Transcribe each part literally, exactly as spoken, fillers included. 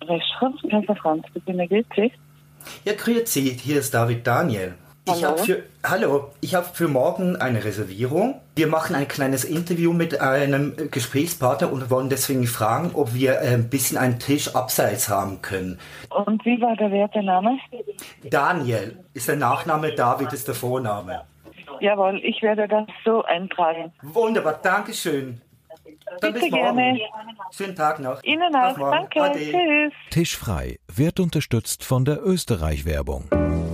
Restaurant Kaiser Franz, bitte, grüezi. Ja, grüezi, hier ist David Daniel. Ich Hallo. habe für, hallo, ich habe für morgen eine Reservierung. Wir machen ein kleines Interview mit einem Gesprächspartner und wollen deswegen fragen, ob wir ein bisschen einen Tisch abseits haben können. Und wie war der werte Name? Daniel ist der Nachname, David ist der Vorname. Jawohl, ich werde das so eintragen. Wunderbar, Dankeschön. Dann Bitte bis morgen. gerne. Schönen Tag noch. Ihnen auch, Auf morgen. danke, Ade. tschüss. Tisch frei wird unterstützt von der Österreich-Werbung.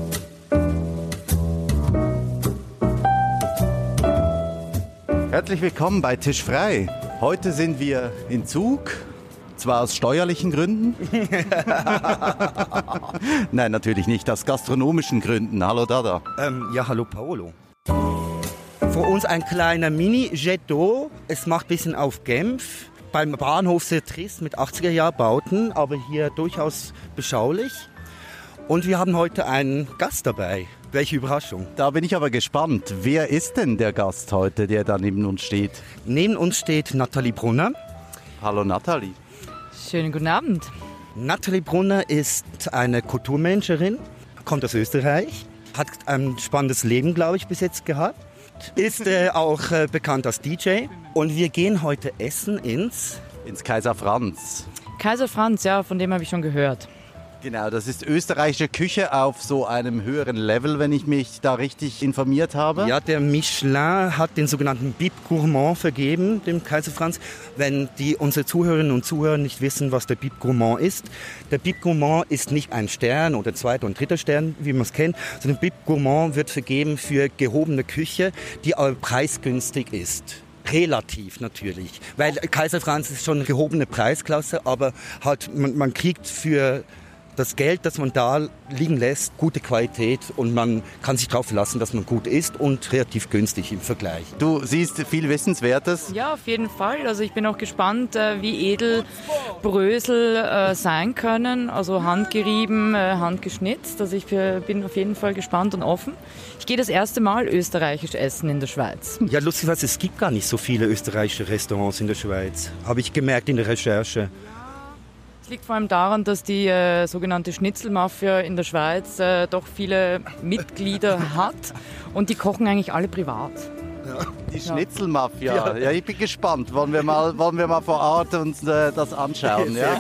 Herzlich willkommen bei Tisch frei. Heute sind wir in Zug, zwar aus steuerlichen Gründen. Nein, natürlich nicht, aus gastronomischen Gründen. Hallo Dada. Ähm, ja, hallo Paolo. Für uns ein kleiner Mini-Jet d'eau. Es macht ein bisschen auf Genf. Beim Bahnhof sehr trist mit achtziger-Jahr-Bauten, aber hier durchaus beschaulich. Und wir haben heute einen Gast dabei. Welche Überraschung. Da bin ich aber gespannt. Wer ist denn der Gast heute, der da neben uns steht? Neben uns steht Nathalie Brunner. Hallo Nathalie. Schönen guten Abend. Nathalie Brunner ist eine Kulturmanagerin, kommt aus Österreich, hat ein spannendes Leben, glaube ich, bis jetzt gehabt. Ist äh, auch äh, bekannt als D J. Und wir gehen heute essen ins... Ins Kaiser Franz. Kaiser Franz, ja, von dem habe ich schon gehört. Genau, das ist österreichische Küche auf so einem höheren Level, wenn ich mich da richtig informiert habe. Ja, der Michelin hat den sogenannten Bib Gourmand vergeben, dem Kaiser Franz. Wenn die, unsere Zuhörerinnen und Zuhörer nicht wissen, was der Bib Gourmand ist. Der Bib Gourmand ist nicht ein Stern oder zweiter und dritter Stern, wie man es kennt, sondern Bib Gourmand wird vergeben für gehobene Küche, die aber preisgünstig ist. Relativ natürlich, weil Kaiser Franz ist schon eine gehobene Preisklasse, aber halt man, man kriegt für das Geld, das man da liegen lässt, gute Qualität und man kann sich darauf verlassen, dass man gut isst und relativ günstig im Vergleich. Du siehst viel Wissenswertes. Ja, auf jeden Fall. Also ich bin auch gespannt, wie edel Brösel äh, sein können. Also handgerieben, äh, handgeschnitzt. Also ich bin auf jeden Fall gespannt und offen. Ich gehe das erste Mal österreichisch essen in der Schweiz. Ja, lustigerweise, es gibt gar nicht so viele österreichische Restaurants in der Schweiz. Habe ich gemerkt in der Recherche. Es liegt vor allem daran, dass die äh, sogenannte Schnitzelmafia in der Schweiz äh, doch viele Mitglieder hat und die kochen eigentlich alle privat. Ja. Die Schnitzelmafia. Ja. ja, ich bin gespannt. Wollen wir mal, wollen wir mal vor Ort uns äh, das anschauen? Ja?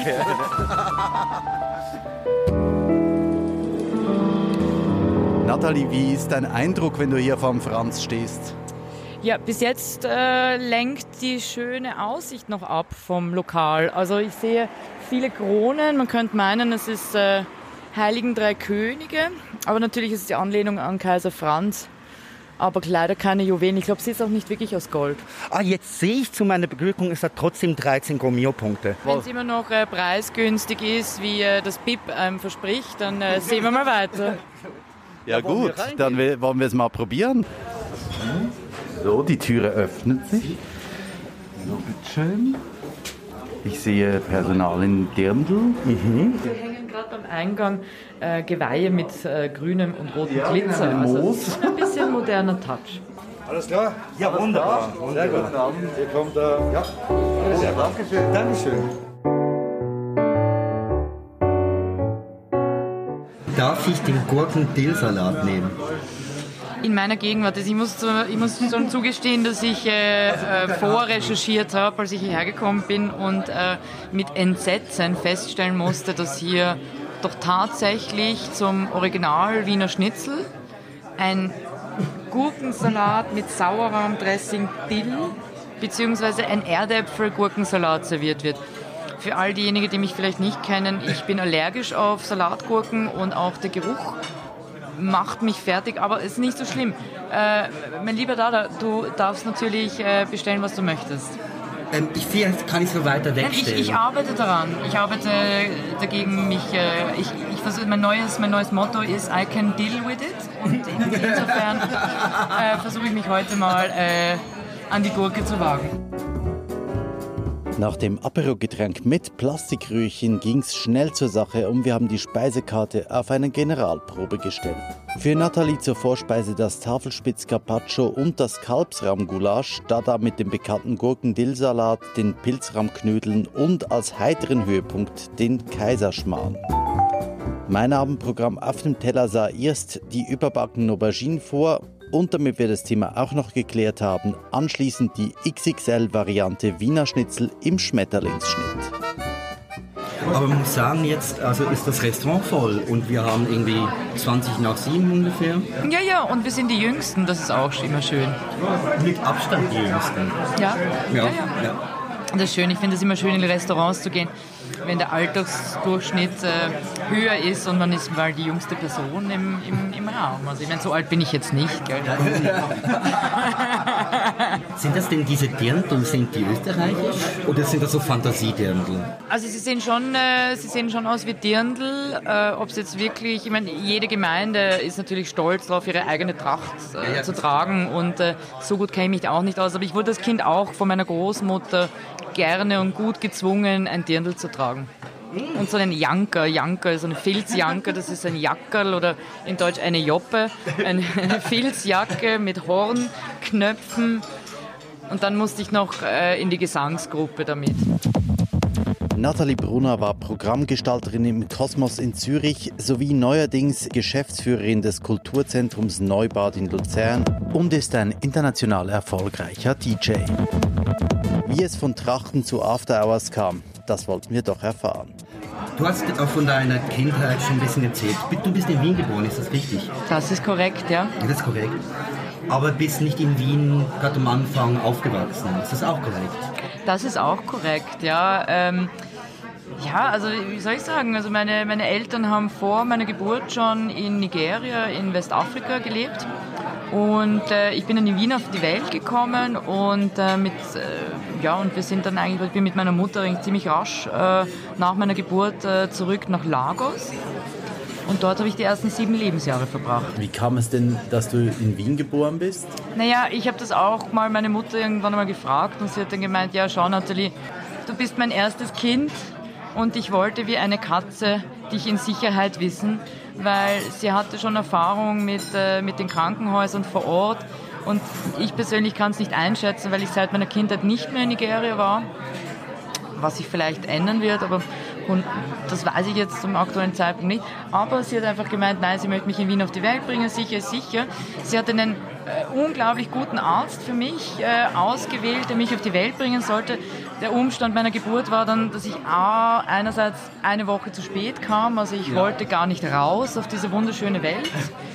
Nathalie, wie ist dein Eindruck, wenn du hier vorm Franz stehst? Ja, bis jetzt äh, lenkt die schöne Aussicht noch ab vom Lokal. Also ich sehe viele Kronen. Man könnte meinen, es ist äh, Heiligen Drei Könige. Aber natürlich ist es die Anlehnung an Kaiser Franz. Aber leider keine Juwelen. Ich glaube, sie ist auch nicht wirklich aus Gold. Ah, jetzt sehe ich zu meiner Beglückung, es hat trotzdem dreizehn Gomio-Punkte. Wenn es immer noch äh, preisgünstig ist, wie äh, das Bib einem verspricht, dann äh, sehen wir mal weiter. Ja gut, dann wollen wir es mal probieren. So, die Türe öffnet sich. So, bitteschön. Ich sehe Personal in Dirndl. Mhm. Wir hängen gerade beim Eingang äh, Geweihe mit äh, grünem und rotem ja, Glitzer. Also das ist ein bisschen moderner Touch. Alles klar? Ja, wunderbar. Sehr gut. Guten Abend. Hier kommt der... Ja. Ja, Dankeschön. Dankeschön. Darf ich den Gurken-Dill-Salat nehmen? In meiner Gegenwart. Also ich, muss, ich muss schon zugestehen, dass ich äh, äh, vorrecherchiert habe, als ich hierher gekommen bin und äh, mit Entsetzen feststellen musste, dass hier doch tatsächlich zum Original Wiener Schnitzel ein Gurkensalat mit Sauerrahmdressing Dill bzw. ein Erdäpfel-Gurkensalat serviert wird. Für all diejenigen, die mich vielleicht nicht kennen, ich bin allergisch auf Salatgurken und auch der Geruch macht mich fertig, aber es ist nicht so schlimm. Äh, mein lieber Dada, du darfst natürlich äh, bestellen, was du möchtest. Ähm, ich sehe, jetzt kann ich so weiter wegstellen. Ich, ich arbeite daran. Ich arbeite dagegen, mich... Äh, ich, ich versuche, mein neues, mein neues Motto ist I can deal with it. Und insofern äh, versuche ich mich heute mal äh, an die Gurke zu wagen. Nach dem Apero-Getränk mit Plastikröhrchen ging's schnell zur Sache und wir haben die Speisekarte auf eine Generalprobe gestellt. Für Nathalie zur Vorspeise das Tafelspitz-Carpaccio und das Kalbsrahmgulasch, Dada mit dem bekannten Gurken-Dill-Salat, den Pilzrahmknödeln und als heiteren Höhepunkt den Kaiserschmarrn. Mein Abendprogramm auf dem Teller sah erst die überbackenen Auberginen vor und damit wir das Thema auch noch geklärt haben, anschließend die X X L-Variante Wiener Schnitzel im Schmetterlingsschnitt. Aber man muss sagen, jetzt also ist das Restaurant voll und wir haben irgendwie zwanzig nach sieben ungefähr. Ja, ja, und wir sind die Jüngsten, das ist auch immer schön. Mit Abstand die Jüngsten. Ja, ja, Ja, ja. ja. Das ist schön, ich finde es immer schön, in Restaurants zu gehen, wenn der Altersdurchschnitt äh, höher ist und man ist mal die jüngste Person im, im, im Raum. Also ich meine, so alt bin ich jetzt nicht, gell? Sind das denn diese Dirndl, sind die österreichisch oder sind das so Fantasiedirndl? Also sie sehen schon, äh, sie sehen schon aus wie Dirndl, äh, ob es jetzt wirklich, ich meine, jede Gemeinde ist natürlich stolz darauf, ihre eigene Tracht äh, Ja, ja. zu tragen und äh, so gut kenne ich mich auch nicht aus, aber ich wurde als Kind auch von meiner Großmutter gerne und gut gezwungen, ein Dirndl zu tragen. Und so einen Janker, Janker, so eine Filzjanker, das ist ein Jackerl oder in Deutsch eine Joppe, eine Filzjacke mit Hornknöpfen und dann musste ich noch äh, in die Gesangsgruppe damit. Nathalie Brunner war Programmgestalterin im Kosmos in Zürich sowie neuerdings Geschäftsführerin des Kulturzentrums Neubad in Luzern und ist ein international erfolgreicher D J. Wie es von Trachten zu After Hours kam, das wollten wir doch erfahren. Du hast auch von deiner Kindheit schon ein bisschen erzählt. Du bist in Wien geboren, ist das richtig? Das ist korrekt, ja. Das ist korrekt. Aber bist nicht in Wien gerade am Anfang aufgewachsen. Ist das auch korrekt? Das ist auch korrekt, ja. Ähm, ja, also wie soll ich sagen, also meine, meine Eltern haben vor meiner Geburt schon in Nigeria, in Westafrika gelebt. Und äh, ich bin dann in Wien auf die Welt gekommen und äh, mit, äh, ja, und wir sind dann eigentlich, ich bin mit meiner Mutter ziemlich rasch äh, nach meiner Geburt äh, zurück nach Lagos. Und dort habe ich die ersten sieben Lebensjahre verbracht. Wie kam es denn, dass du in Wien geboren bist? Naja, ich habe das auch mal meine Mutter irgendwann einmal gefragt und sie hat dann gemeint, ja schau Nathalie, du bist mein erstes Kind und ich wollte wie eine Katze dich in Sicherheit wissen, weil sie hatte schon Erfahrung mit, äh, mit den Krankenhäusern vor Ort und ich persönlich kann es nicht einschätzen, weil ich seit meiner Kindheit nicht mehr in Nigeria war, was sich vielleicht ändern wird, aber und das weiß ich jetzt zum aktuellen Zeitpunkt nicht. Aber sie hat einfach gemeint, nein, sie möchte mich in Wien auf die Welt bringen, sicher ist sicher. Sie hat einen äh, unglaublich guten Arzt für mich äh, ausgewählt, der mich auf die Welt bringen sollte. Der Umstand meiner Geburt war dann, dass ich A, einerseits eine Woche zu spät kam, also ich ja. wollte gar nicht raus auf diese wunderschöne Welt.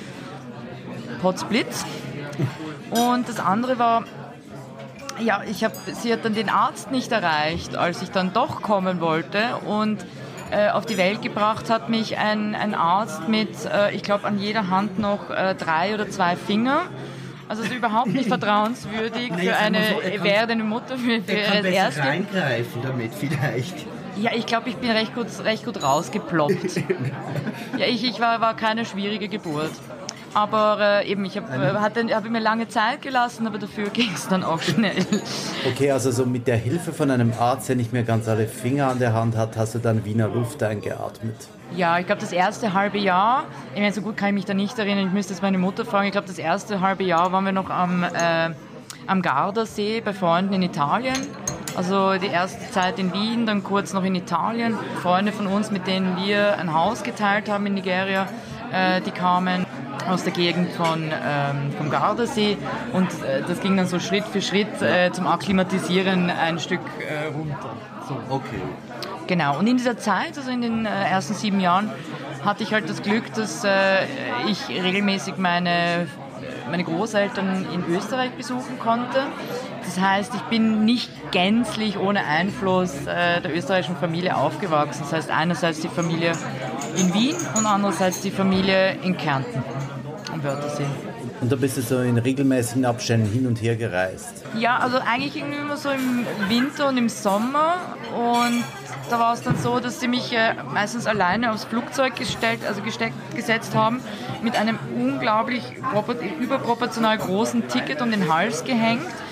Potzblitz. Und das andere war, ja, ich hab, sie hat dann den Arzt nicht erreicht, als ich dann doch kommen wollte und äh, auf die Welt gebracht hat mich ein, ein Arzt mit, äh, ich glaube, an jeder Hand noch äh, drei oder zwei Finger. Also ist überhaupt nicht vertrauenswürdig Nein, für eine so, kann, werdende Mutter, für, für er kann das erste. reingreifen damit vielleicht. Ja, ich glaube, ich bin recht gut, recht gut rausgeploppt. Ja, ich, ich war, war keine schwierige Geburt. Aber äh, eben, ich habe äh, hab mir lange Zeit gelassen, aber dafür ging es dann auch schnell. Okay, also so mit der Hilfe von einem Arzt, der nicht mehr ganz alle Finger an der Hand hat, hast du dann Wiener Luft eingeatmet? Ja, ich glaube, das erste halbe Jahr, ich meine, so gut kann ich mich da nicht erinnern, ich müsste jetzt meine Mutter fragen, ich glaube, das erste halbe Jahr waren wir noch am, äh, am Gardasee bei Freunden in Italien. Also die erste Zeit in Wien, dann kurz noch in Italien. Freunde von uns, mit denen wir ein Haus geteilt haben in Nigeria, äh, die kamen aus der Gegend von, ähm, vom Gardasee und äh, das ging dann so Schritt für Schritt äh, zum Akklimatisieren ein Stück äh, runter. So. Okay. Genau, und in dieser Zeit, also in den äh, ersten sieben Jahren, hatte ich halt das Glück, dass äh, ich regelmäßig meine, meine Großeltern in Österreich besuchen konnte. Das heißt, ich bin nicht gänzlich ohne Einfluss äh, der österreichischen Familie aufgewachsen. Das heißt, einerseits die Familie in Wien und andererseits die Familie in Kärnten am Wörthersee. Und da bist du so in regelmäßigen Abständen hin und her gereist? Ja, also eigentlich irgendwie immer so im Winter und im Sommer. Und da war es dann so, dass sie mich äh, meistens alleine aufs Flugzeug gestellt, also gesteckt, gesetzt haben, mit einem unglaublich überproportional großen Ticket um den Hals gehängt.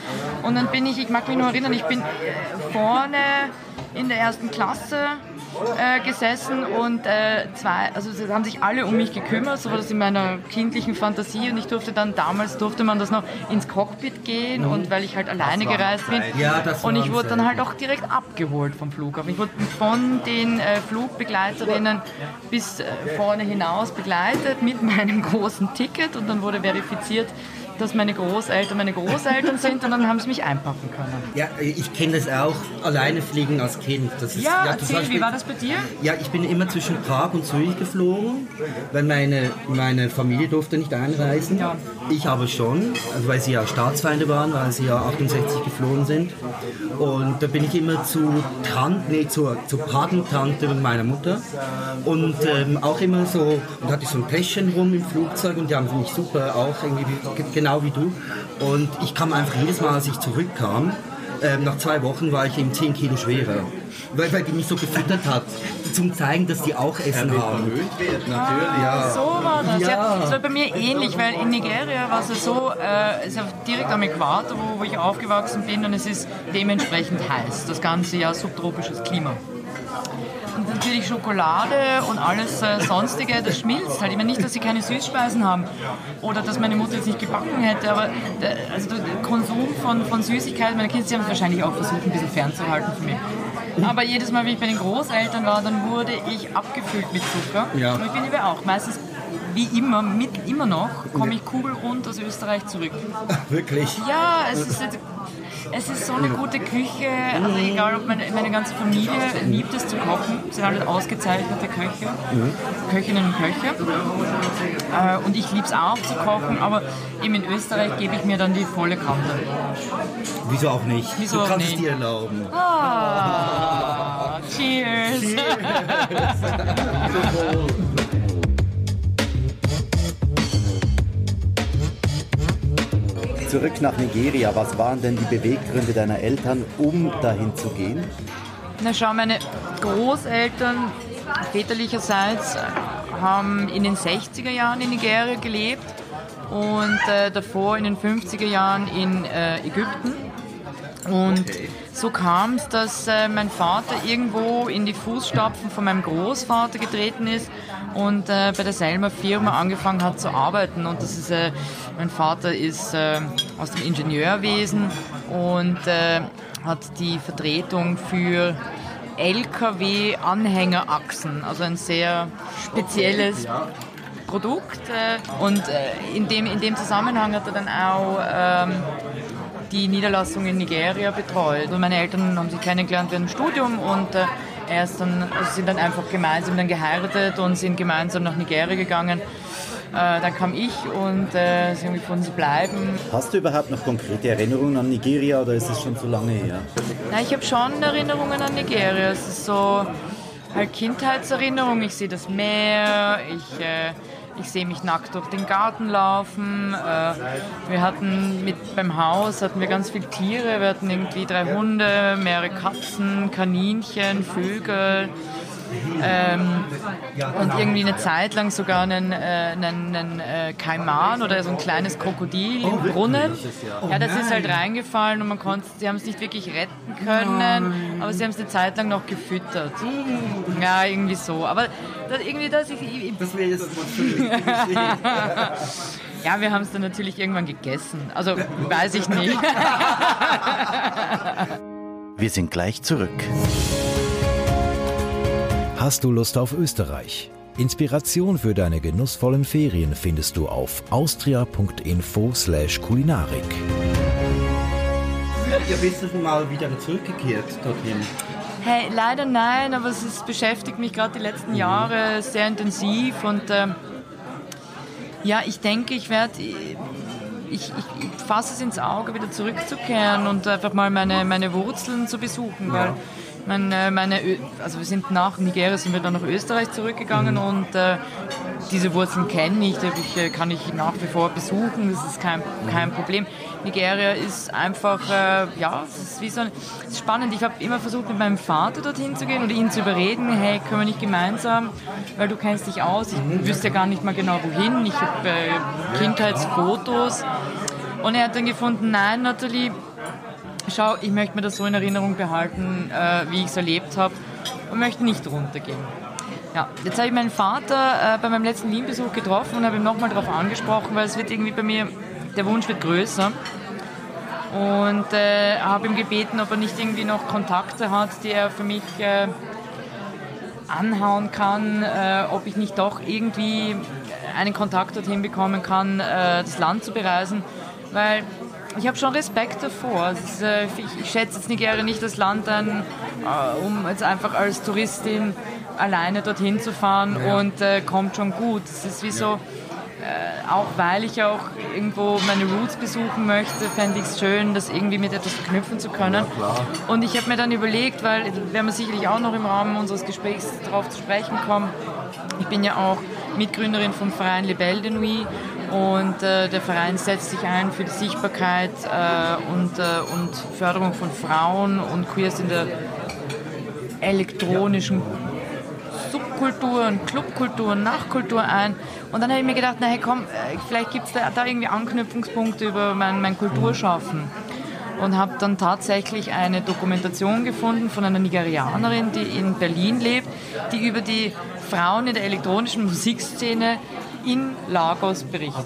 Und dann bin ich, ich mag mich nur erinnern, ich bin vorne in der ersten Klasse äh, gesessen und äh, zwei, also es haben sich alle um mich gekümmert, so war das in meiner kindlichen Fantasie und ich durfte dann, damals durfte man das noch ins Cockpit gehen und weil ich halt alleine gereist bin Ja, das und ich waren wurde dann halt auch direkt abgeholt vom Flughafen. Ich wurde von den äh, Flugbegleiterinnen bis äh, vorne hinaus begleitet mit meinem großen Ticket und dann wurde verifiziert, dass meine Großeltern meine Großeltern sind und dann haben sie mich einpacken können. Ja, ich kenne das auch, alleine fliegen als Kind. Das ist, Ja, ja erzähl, Beispiel, wie war das bei dir? Ja, ich bin immer zwischen Prag und Zürich geflogen, weil meine, meine Familie durfte nicht einreisen. Ja. Ich aber schon, also weil sie ja Staatsfeinde waren, weil sie ja achtundsechzig geflohen sind. Und da bin ich immer zu Tante, nee, zur, zur Patentante meiner Mutter und ähm, auch immer so, und hatte ich so ein Täschchen rum im Flugzeug und die haben mich super auch irgendwie genau wie du. Und ich kam einfach jedes Mal, als ich zurückkam, ähm, nach zwei Wochen war ich eben zehn Kilo schwerer. Weil, weil die mich so gefüttert hat, zum zeigen, dass die auch Essen haben. Wird, natürlich. Ah, so war das. Ja. Ja. Das war bei mir ähnlich, weil in Nigeria war es so, äh, es ist direkt am Äquator, wo, wo ich aufgewachsen bin und es ist dementsprechend heiß, das ganze Jahr subtropisches Klima. Und natürlich Schokolade und alles äh, Sonstige, das schmilzt halt. Ich meine nicht, dass sie keine Süßspeisen haben oder dass meine Mutter jetzt nicht gebacken hätte, aber der, also der Konsum von, von Süßigkeiten, meine Kinder, sie haben es wahrscheinlich auch versucht, ein bisschen fernzuhalten von mir. Aber jedes Mal, wenn ich bei den Großeltern war, dann wurde ich abgefüllt mit Zucker. Ja. Und ich bin aber auch meistens, wie immer, mit, immer noch, komme ich kugelrund aus Österreich zurück. Wirklich? Ja, es ist, jetzt, es ist so eine gute Küche. Also egal, ob meine, meine ganze Familie liebt es zu kochen. Sie sind alle ausgezeichnete Köche, Köchinnen und Köche. Äh, und ich liebe es auch zu kochen, aber eben in Österreich gebe ich mir dann die volle Kante. Wieso auch nicht? Wieso du auch kannst nicht? es dir erlauben. Ah, cheers! Zurück nach Nigeria. Was waren denn die Beweggründe deiner Eltern, um dahin zu gehen? Na schau, meine Großeltern väterlicherseits haben in den sechziger Jahren in Nigeria gelebt und äh, davor in den fünfziger Jahren in äh, Ägypten. Und so kam es, dass äh, mein Vater irgendwo in die Fußstapfen von meinem Großvater getreten ist und äh, bei derselben Firma angefangen hat zu arbeiten. Und das ist, äh, mein Vater ist äh, aus dem Ingenieurwesen und äh, hat die Vertretung für L K W-Anhängerachsen, also ein sehr spezielles Produkt. Äh, und äh, in, dem, in dem Zusammenhang hat er dann auch ähm, die Niederlassung in Nigeria betreut. Und meine Eltern haben sich kennengelernt während dem Studium und äh, er ist dann, also sind dann einfach gemeinsam dann geheiratet und sind gemeinsam nach Nigeria gegangen. Äh, dann kam ich und äh, sie haben gefunden, sie bleiben. Hast du überhaupt noch konkrete Erinnerungen an Nigeria oder ist es schon zu lange her? Na, ich habe schon Erinnerungen an Nigeria. Es ist so halt Kindheitserinnerung. Ich sehe das Meer, ich... Äh, Ich sehe mich nackt durch den Garten laufen. Wir hatten mit, beim Haus hatten wir ganz viele Tiere. Wir hatten irgendwie drei Hunde, mehrere Katzen, Kaninchen, Vögel. Ähm, und irgendwie eine Zeit lang sogar einen, äh, einen, einen äh, Kaiman oder so ein kleines Krokodil im Brunnen. Ja, das ist halt reingefallen und man konnte, sie haben es nicht wirklich retten können, aber sie haben es eine Zeit lang noch gefüttert. Ja, irgendwie so. Aber das, irgendwie das... Ich, ich, Das wäre jetzt mal ja, wir haben es dann natürlich irgendwann gegessen. Also, weiß ich nicht. Wir sind gleich zurück. Hast du Lust auf Österreich? Inspiration für deine genussvollen Ferien findest du auf austria.info slash kulinarik. Ja, bist du mal wieder zurückgekehrt dorthin? Hey, leider nein, aber es ist, beschäftigt mich gerade die letzten Jahre sehr intensiv und ähm, ja, ich denke, ich werde, ich, ich, ich fasse es ins Auge, wieder zurückzukehren und einfach mal meine, meine Wurzeln zu besuchen, weil meine, meine, also wir sind nach Nigeria, sind wir dann nach Österreich zurückgegangen mhm. und äh, diese Wurzeln kenne ich, die kann ich nach wie vor besuchen, das ist kein, kein Problem. Nigeria ist einfach, äh, ja, es ist wie so ein, es ist spannend. Ich habe immer versucht, mit meinem Vater dorthin zu gehen und ihn zu überreden, hey, können wir nicht gemeinsam, weil du kennst dich aus, ich wüsste ja gar nicht mal genau wohin, ich habe äh, Kindheitsfotos und er hat dann gefunden, nein, Nathalie, schau, ich möchte mir das so in Erinnerung behalten, äh, wie ich es erlebt habe und möchte nicht runtergehen. Ja, jetzt habe ich meinen Vater äh, bei meinem letzten Wien-Besuch getroffen und habe ihm nochmal darauf angesprochen, weil es wird irgendwie bei mir, der Wunsch wird größer. Und äh, habe ihm gebeten, ob er nicht irgendwie noch Kontakte hat, die er für mich äh, anhauen kann, äh, ob ich nicht doch irgendwie einen Kontakt dorthin bekommen kann, äh, das Land zu bereisen, weil ich habe schon Respekt davor. Ist, äh, ich, ich schätze jetzt Nigeria nicht das Land an, äh, um jetzt einfach als Touristin alleine dorthin zu fahren ja. und äh, kommt schon gut. Es ist wie so, äh, auch weil ich auch irgendwo meine Roots besuchen möchte, fände ich es schön, das irgendwie mit etwas verknüpfen zu können. Ja, und ich habe mir dann überlegt, weil werden wir sicherlich auch noch im Rahmen unseres Gesprächs darauf zu sprechen kommen, ich bin ja auch Mitgründerin vom Verein Les Belles de Nuit und äh, der Verein setzt sich ein für die Sichtbarkeit äh, und, äh, und Förderung von Frauen und Queers in der elektronischen Subkulturen, Clubkulturen, Nachtkultur ein. Und dann habe ich mir gedacht, na hey, komm, vielleicht gibt es da, da irgendwie Anknüpfungspunkte über mein, mein Kulturschaffen. Und habe dann tatsächlich eine Dokumentation gefunden von einer Nigerianerin, die in Berlin lebt, die über die Frauen in der elektronischen Musikszene in Lagos berichtet.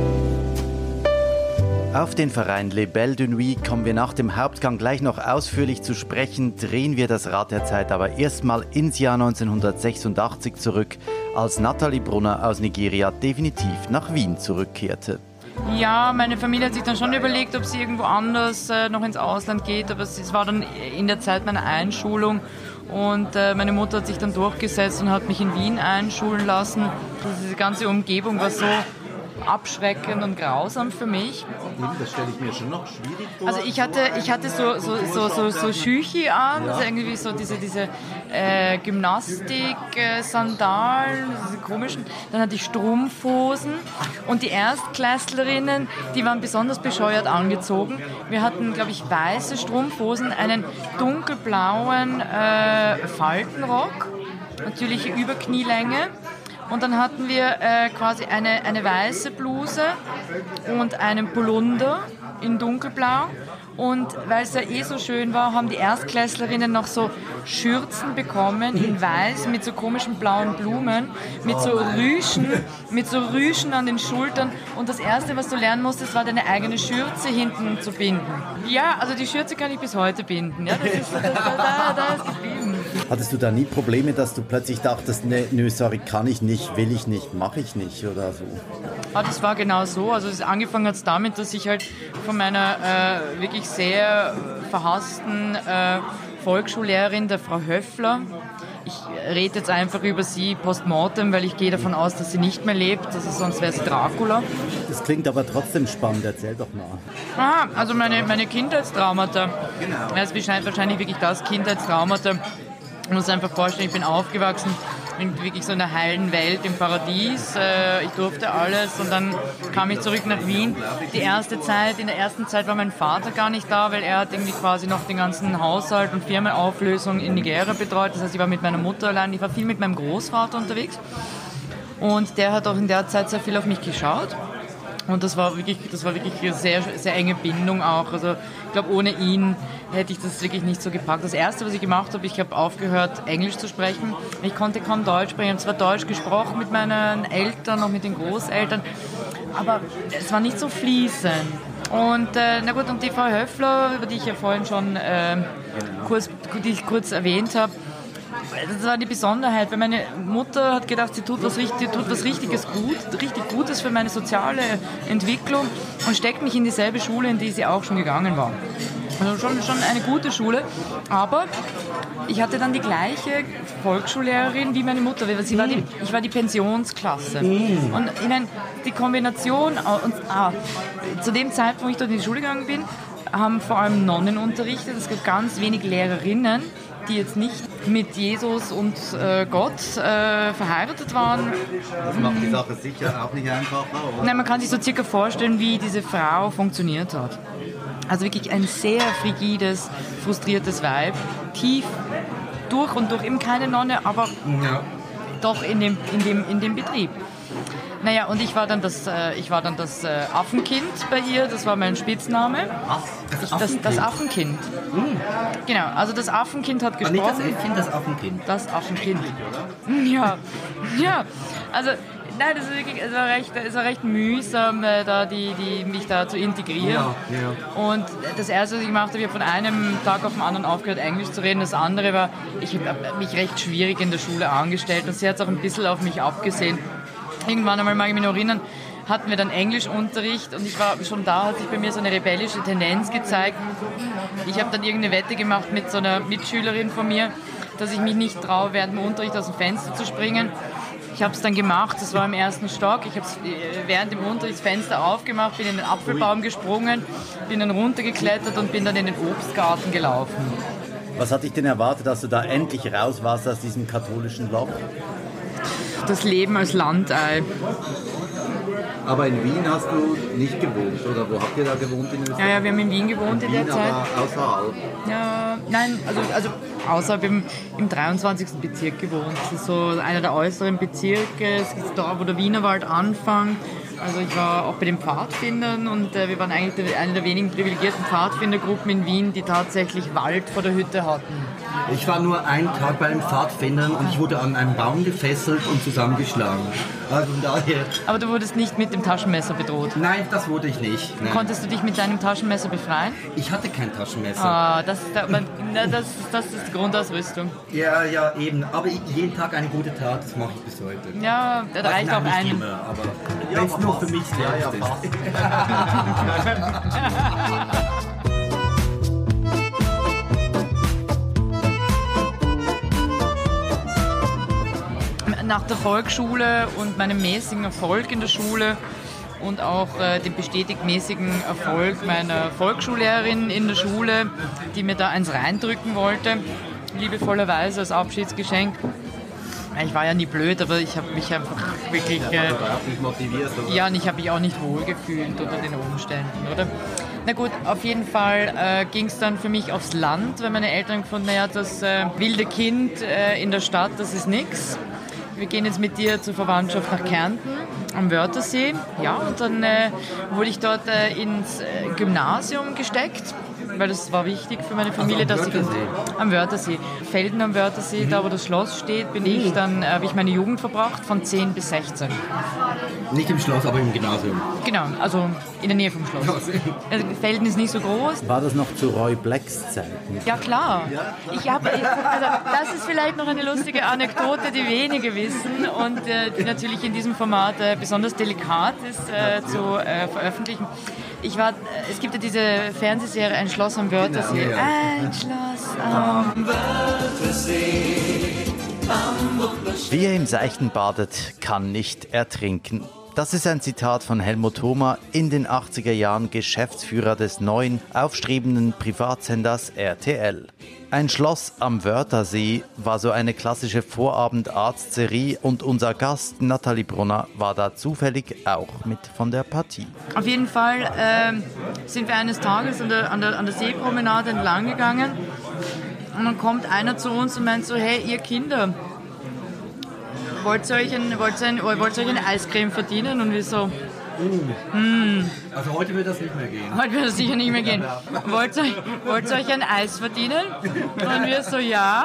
Auf den Verein Les Belles de Nuit kommen wir nach dem Hauptgang gleich noch ausführlich zu sprechen, drehen wir das Rad der Zeit aber erstmal ins Jahr neunzehnhundertsechsundachtzig zurück, als Nathalie Brunner aus Nigeria definitiv nach Wien zurückkehrte. Ja, meine Familie hat sich dann schon überlegt, ob sie irgendwo anders äh, noch ins Ausland geht, aber es, es war dann in der Zeit meiner Einschulung und äh, meine Mutter hat sich dann durchgesetzt und hat mich in Wien einschulen lassen. Diese ganze Umgebung war so abschreckend und grausam für mich. Das stelle ich mir schon noch schwierig vor. Also ich hatte, ich hatte so, so, so, so, so Schüchi an, also irgendwie so diese, diese äh, Gymnastik-Sandalen, diese komischen. Dann hatte ich Strumpfhosen und die Erstklässlerinnen, die waren besonders bescheuert angezogen. Wir hatten, glaube ich, weiße Strumpfhosen, einen dunkelblauen äh, Faltenrock, natürlich über Knielänge. Und dann hatten wir äh, quasi eine, eine weiße Bluse und einen Polunder in dunkelblau. Und weil es ja eh so schön war, haben die Erstklässlerinnen noch so Schürzen bekommen in weiß mit so komischen blauen Blumen, mit so Rüschen, mit so Rüschen an den Schultern. Und das Erste, was du lernen musstest, war deine eigene Schürze hinten zu binden. Ja, also die Schürze kann ich bis heute binden. Ja, das ist, das, da, da ist geblieben. Hattest du da nie Probleme, dass du plötzlich dachtest, ne, nö, sorry, kann ich nicht, will ich nicht, mache ich nicht oder so? Ah, das war genau so. Also es angefangen hat es damit, dass ich halt von meiner äh, wirklich sehr verhassten äh, Volksschullehrerin, der Frau Höffler, ich rede jetzt einfach über sie postmortem, weil ich gehe davon aus, dass sie nicht mehr lebt, also sonst wäre sie Dracula. Das klingt aber trotzdem spannend, erzähl doch mal. Ah, also meine, meine Kindheitstraumata. Genau. Es beschreibt wahrscheinlich wirklich das Kindheitstraumata. Ich muss einfach vorstellen, ich bin aufgewachsen in wirklich so einer heilen Welt im Paradies. Ich durfte alles und dann kam ich zurück nach Wien. Die erste Zeit, in der ersten Zeit war mein Vater gar nicht da, weil er hat irgendwie quasi noch den ganzen Haushalt und Firmenauflösung in Nigeria betreut. Das heißt, ich war mit meiner Mutter allein, ich war viel mit meinem Großvater unterwegs. Und der hat auch in der Zeit sehr viel auf mich geschaut. Und das war wirklich, das war wirklich eine sehr, sehr enge Bindung auch. Also ich glaube, ohne ihn hätte ich das wirklich nicht so gepackt. Das Erste, was ich gemacht habe, ich habe aufgehört, Englisch zu sprechen. Ich konnte kaum Deutsch sprechen. Ich habe zwar Deutsch gesprochen mit meinen Eltern und mit den Großeltern, aber es war nicht so fließend. Und äh, na gut, und die Frau Höffler, über die ich ja vorhin schon äh, kurz, die ich kurz erwähnt habe, das war die Besonderheit, weil meine Mutter hat gedacht, sie tut was, richtig, tut was Richtiges gut, richtig Gutes für meine soziale Entwicklung und steckt mich in dieselbe Schule, in die sie auch schon gegangen war. Also schon, schon eine gute Schule, aber ich hatte dann die gleiche Volksschullehrerin wie meine Mutter. Sie war die, ich war die Pensionsklasse. Und ich meine, die Kombination, und, ah, zu dem Zeitpunkt, wo ich dort in die Schule gegangen bin, haben vor allem Nonnen unterrichtet. Es gab ganz wenig Lehrerinnen, die jetzt nicht mit Jesus und äh, Gott äh, verheiratet waren. Das macht die Sache sicher auch nicht einfacher, oder? Nein, man kann sich so circa vorstellen, wie diese Frau funktioniert hat. Also wirklich ein sehr frigides, frustriertes Weib, tief durch und durch, eben keine Nonne, aber ja. doch in dem, in dem, in dem Betrieb. Naja, und ich war dann das, äh, ich war dann das äh, Affenkind bei ihr, das war mein Spitzname. Was? Das, das, das Affenkind. Mhm. Genau, also das Affenkind hat gesprochen. Aber nicht das Äffchen, das Affenkind. Das Affenkind. Ja, ja, also... Nein, das, ist wirklich, es, war recht, es war recht mühsam, äh, da die, die, mich da zu integrieren. Ja, ja. Und das Erste, was ich gemacht habe, ich habe von einem Tag auf den anderen aufgehört, Englisch zu reden. Das andere war, ich habe mich recht schwierig in der Schule angestellt und sie hat es auch ein bisschen auf mich abgesehen. Irgendwann einmal, mag ich mich noch erinnern, hatten wir dann Englischunterricht und ich war schon da, hat sich bei mir so eine rebellische Tendenz gezeigt. Ich habe dann irgendeine Wette gemacht mit so einer Mitschülerin von mir, dass ich mich nicht traue, während dem Unterricht aus dem Fenster zu springen. Ich habe es dann gemacht, das war im ersten Stock. Ich habe während dem Unterricht das Fenster aufgemacht, bin in den Apfelbaum gesprungen, bin dann runtergeklettert und bin dann in den Obstgarten gelaufen. Was hat dich denn erwartet, dass du da endlich raus warst aus diesem katholischen Loch? Das Leben als Landei. Aber in Wien hast du nicht gewohnt, oder wo habt ihr da gewohnt in Österreich? Ja, ja, wir haben in Wien gewohnt in, in Wien, der Zeit. Aber außerhalb? Ja, nein, also, also außerhalb im, im dreiundzwanzigsten Bezirk gewohnt. Das ist so einer der äußeren Bezirke, es ist da, wo der Wienerwald anfängt. Also ich war auch bei den Pfadfindern und äh, wir waren eigentlich eine der wenigen privilegierten Pfadfindergruppen in Wien, die tatsächlich Wald vor der Hütte hatten. Ich war nur einen Tag bei den Pfadfindern und ich wurde an einem Baum gefesselt und zusammengeschlagen. Also von daher... Aber du wurdest nicht mit dem Taschenmesser bedroht? Nein, das wurde ich nicht. Nein. Konntest du dich mit deinem Taschenmesser befreien? Ich hatte kein Taschenmesser. Ah, das ist, der, man, das, das ist die Grundausrüstung. Ja, ja, eben. Aber jeden Tag eine gute Tat, das mache ich bis heute. Ja, das also, reicht nein, auch nicht einen. Immer, aber wenn es nur für mich selbst ist. Nach der Volksschule und meinem mäßigen Erfolg in der Schule und auch äh, dem bestätigt mäßigen Erfolg meiner Volksschullehrerin in der Schule, die mir da eins reindrücken wollte, liebevollerweise als Abschiedsgeschenk. Ich war ja nie blöd, aber ich habe mich einfach wirklich... Äh, ja, und ich habe mich auch nicht wohlgefühlt unter den Umständen, oder? Na gut, auf jeden Fall äh, ging es dann für mich aufs Land, weil meine Eltern gefunden haben, ja, das äh, wilde Kind äh, in der Stadt, das ist nix. Wir gehen jetzt mit dir zur Verwandtschaft nach Kärnten am Wörthersee. Ja, und dann äh, wurde ich dort äh, ins äh, Gymnasium gesteckt, weil das war wichtig für meine Familie, also dass ich am Wörthersee, Felden am Wörthersee, mhm. da wo das Schloss steht, bin ich dann, äh, habe ich meine Jugend verbracht von zehn bis sechzehn. Nicht im Schloss, aber im Gymnasium. Genau, also in der Nähe vom Schloss. Also, Felden ist nicht so groß. War das noch zu Roy Blacks Zeiten? Ja klar. Ich hab, also, das ist vielleicht noch eine lustige Anekdote, die wenige wissen und äh, die natürlich in diesem Format äh, besonders delikat ist äh, zu äh, veröffentlichen. Ich war, es gibt ja diese Fernsehserie Ein Schloss am Wörthersee. Genau, ja. Ein Schloss am Wörthersee. Wer im Seichten badet, kann nicht ertrinken. Das ist ein Zitat von Helmut Thoma, in den achtziger Jahren Geschäftsführer des neuen, aufstrebenden Privatsenders R T L. Ein Schloss am Wörthersee war so eine klassische Vorabend-Arztserie und unser Gast Nathalie Brunner war da zufällig auch mit von der Partie. Auf jeden Fall äh, sind wir eines Tages an der, an der, an der Seepromenade entlang gegangen und dann kommt einer zu uns und meint so, hey, ihr Kinder, wollt ihr euch ein, wollt ihr ein, wollt ihr euch eine Eiscreme verdienen? Und wir so, uh. mm. Also heute wird das nicht mehr gehen. Heute wird das sicher nicht mehr gehen. Wollt ihr, wollt ihr euch ein Eis verdienen? Und wir so, ja.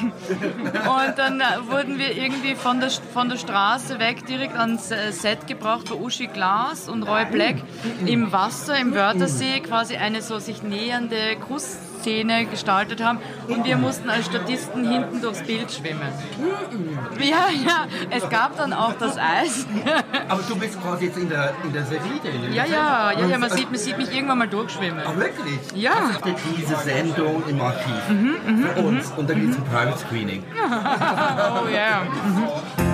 Und dann wurden wir irgendwie von der, von der Straße weg direkt ans Set gebracht, wo Uschi Glas und Roy Black im Wasser, im Wörthersee, quasi eine so sich nähernde Kussszene gestaltet haben. Und wir mussten als Statisten hinten durchs Bild schwimmen. Ja, ja, es gab dann auch das Eis. Aber du bist quasi jetzt in der, in der Serie drin? Ja, ja. Ja, ja, man sieht, man sieht mich irgendwann mal durchschwimmen. Ach, wirklich? Ja. Also diese Sendung im Archiv mhm, für mhm, uns und dann gibt es ein Private Screening. Oh ja. Yeah. Mhm.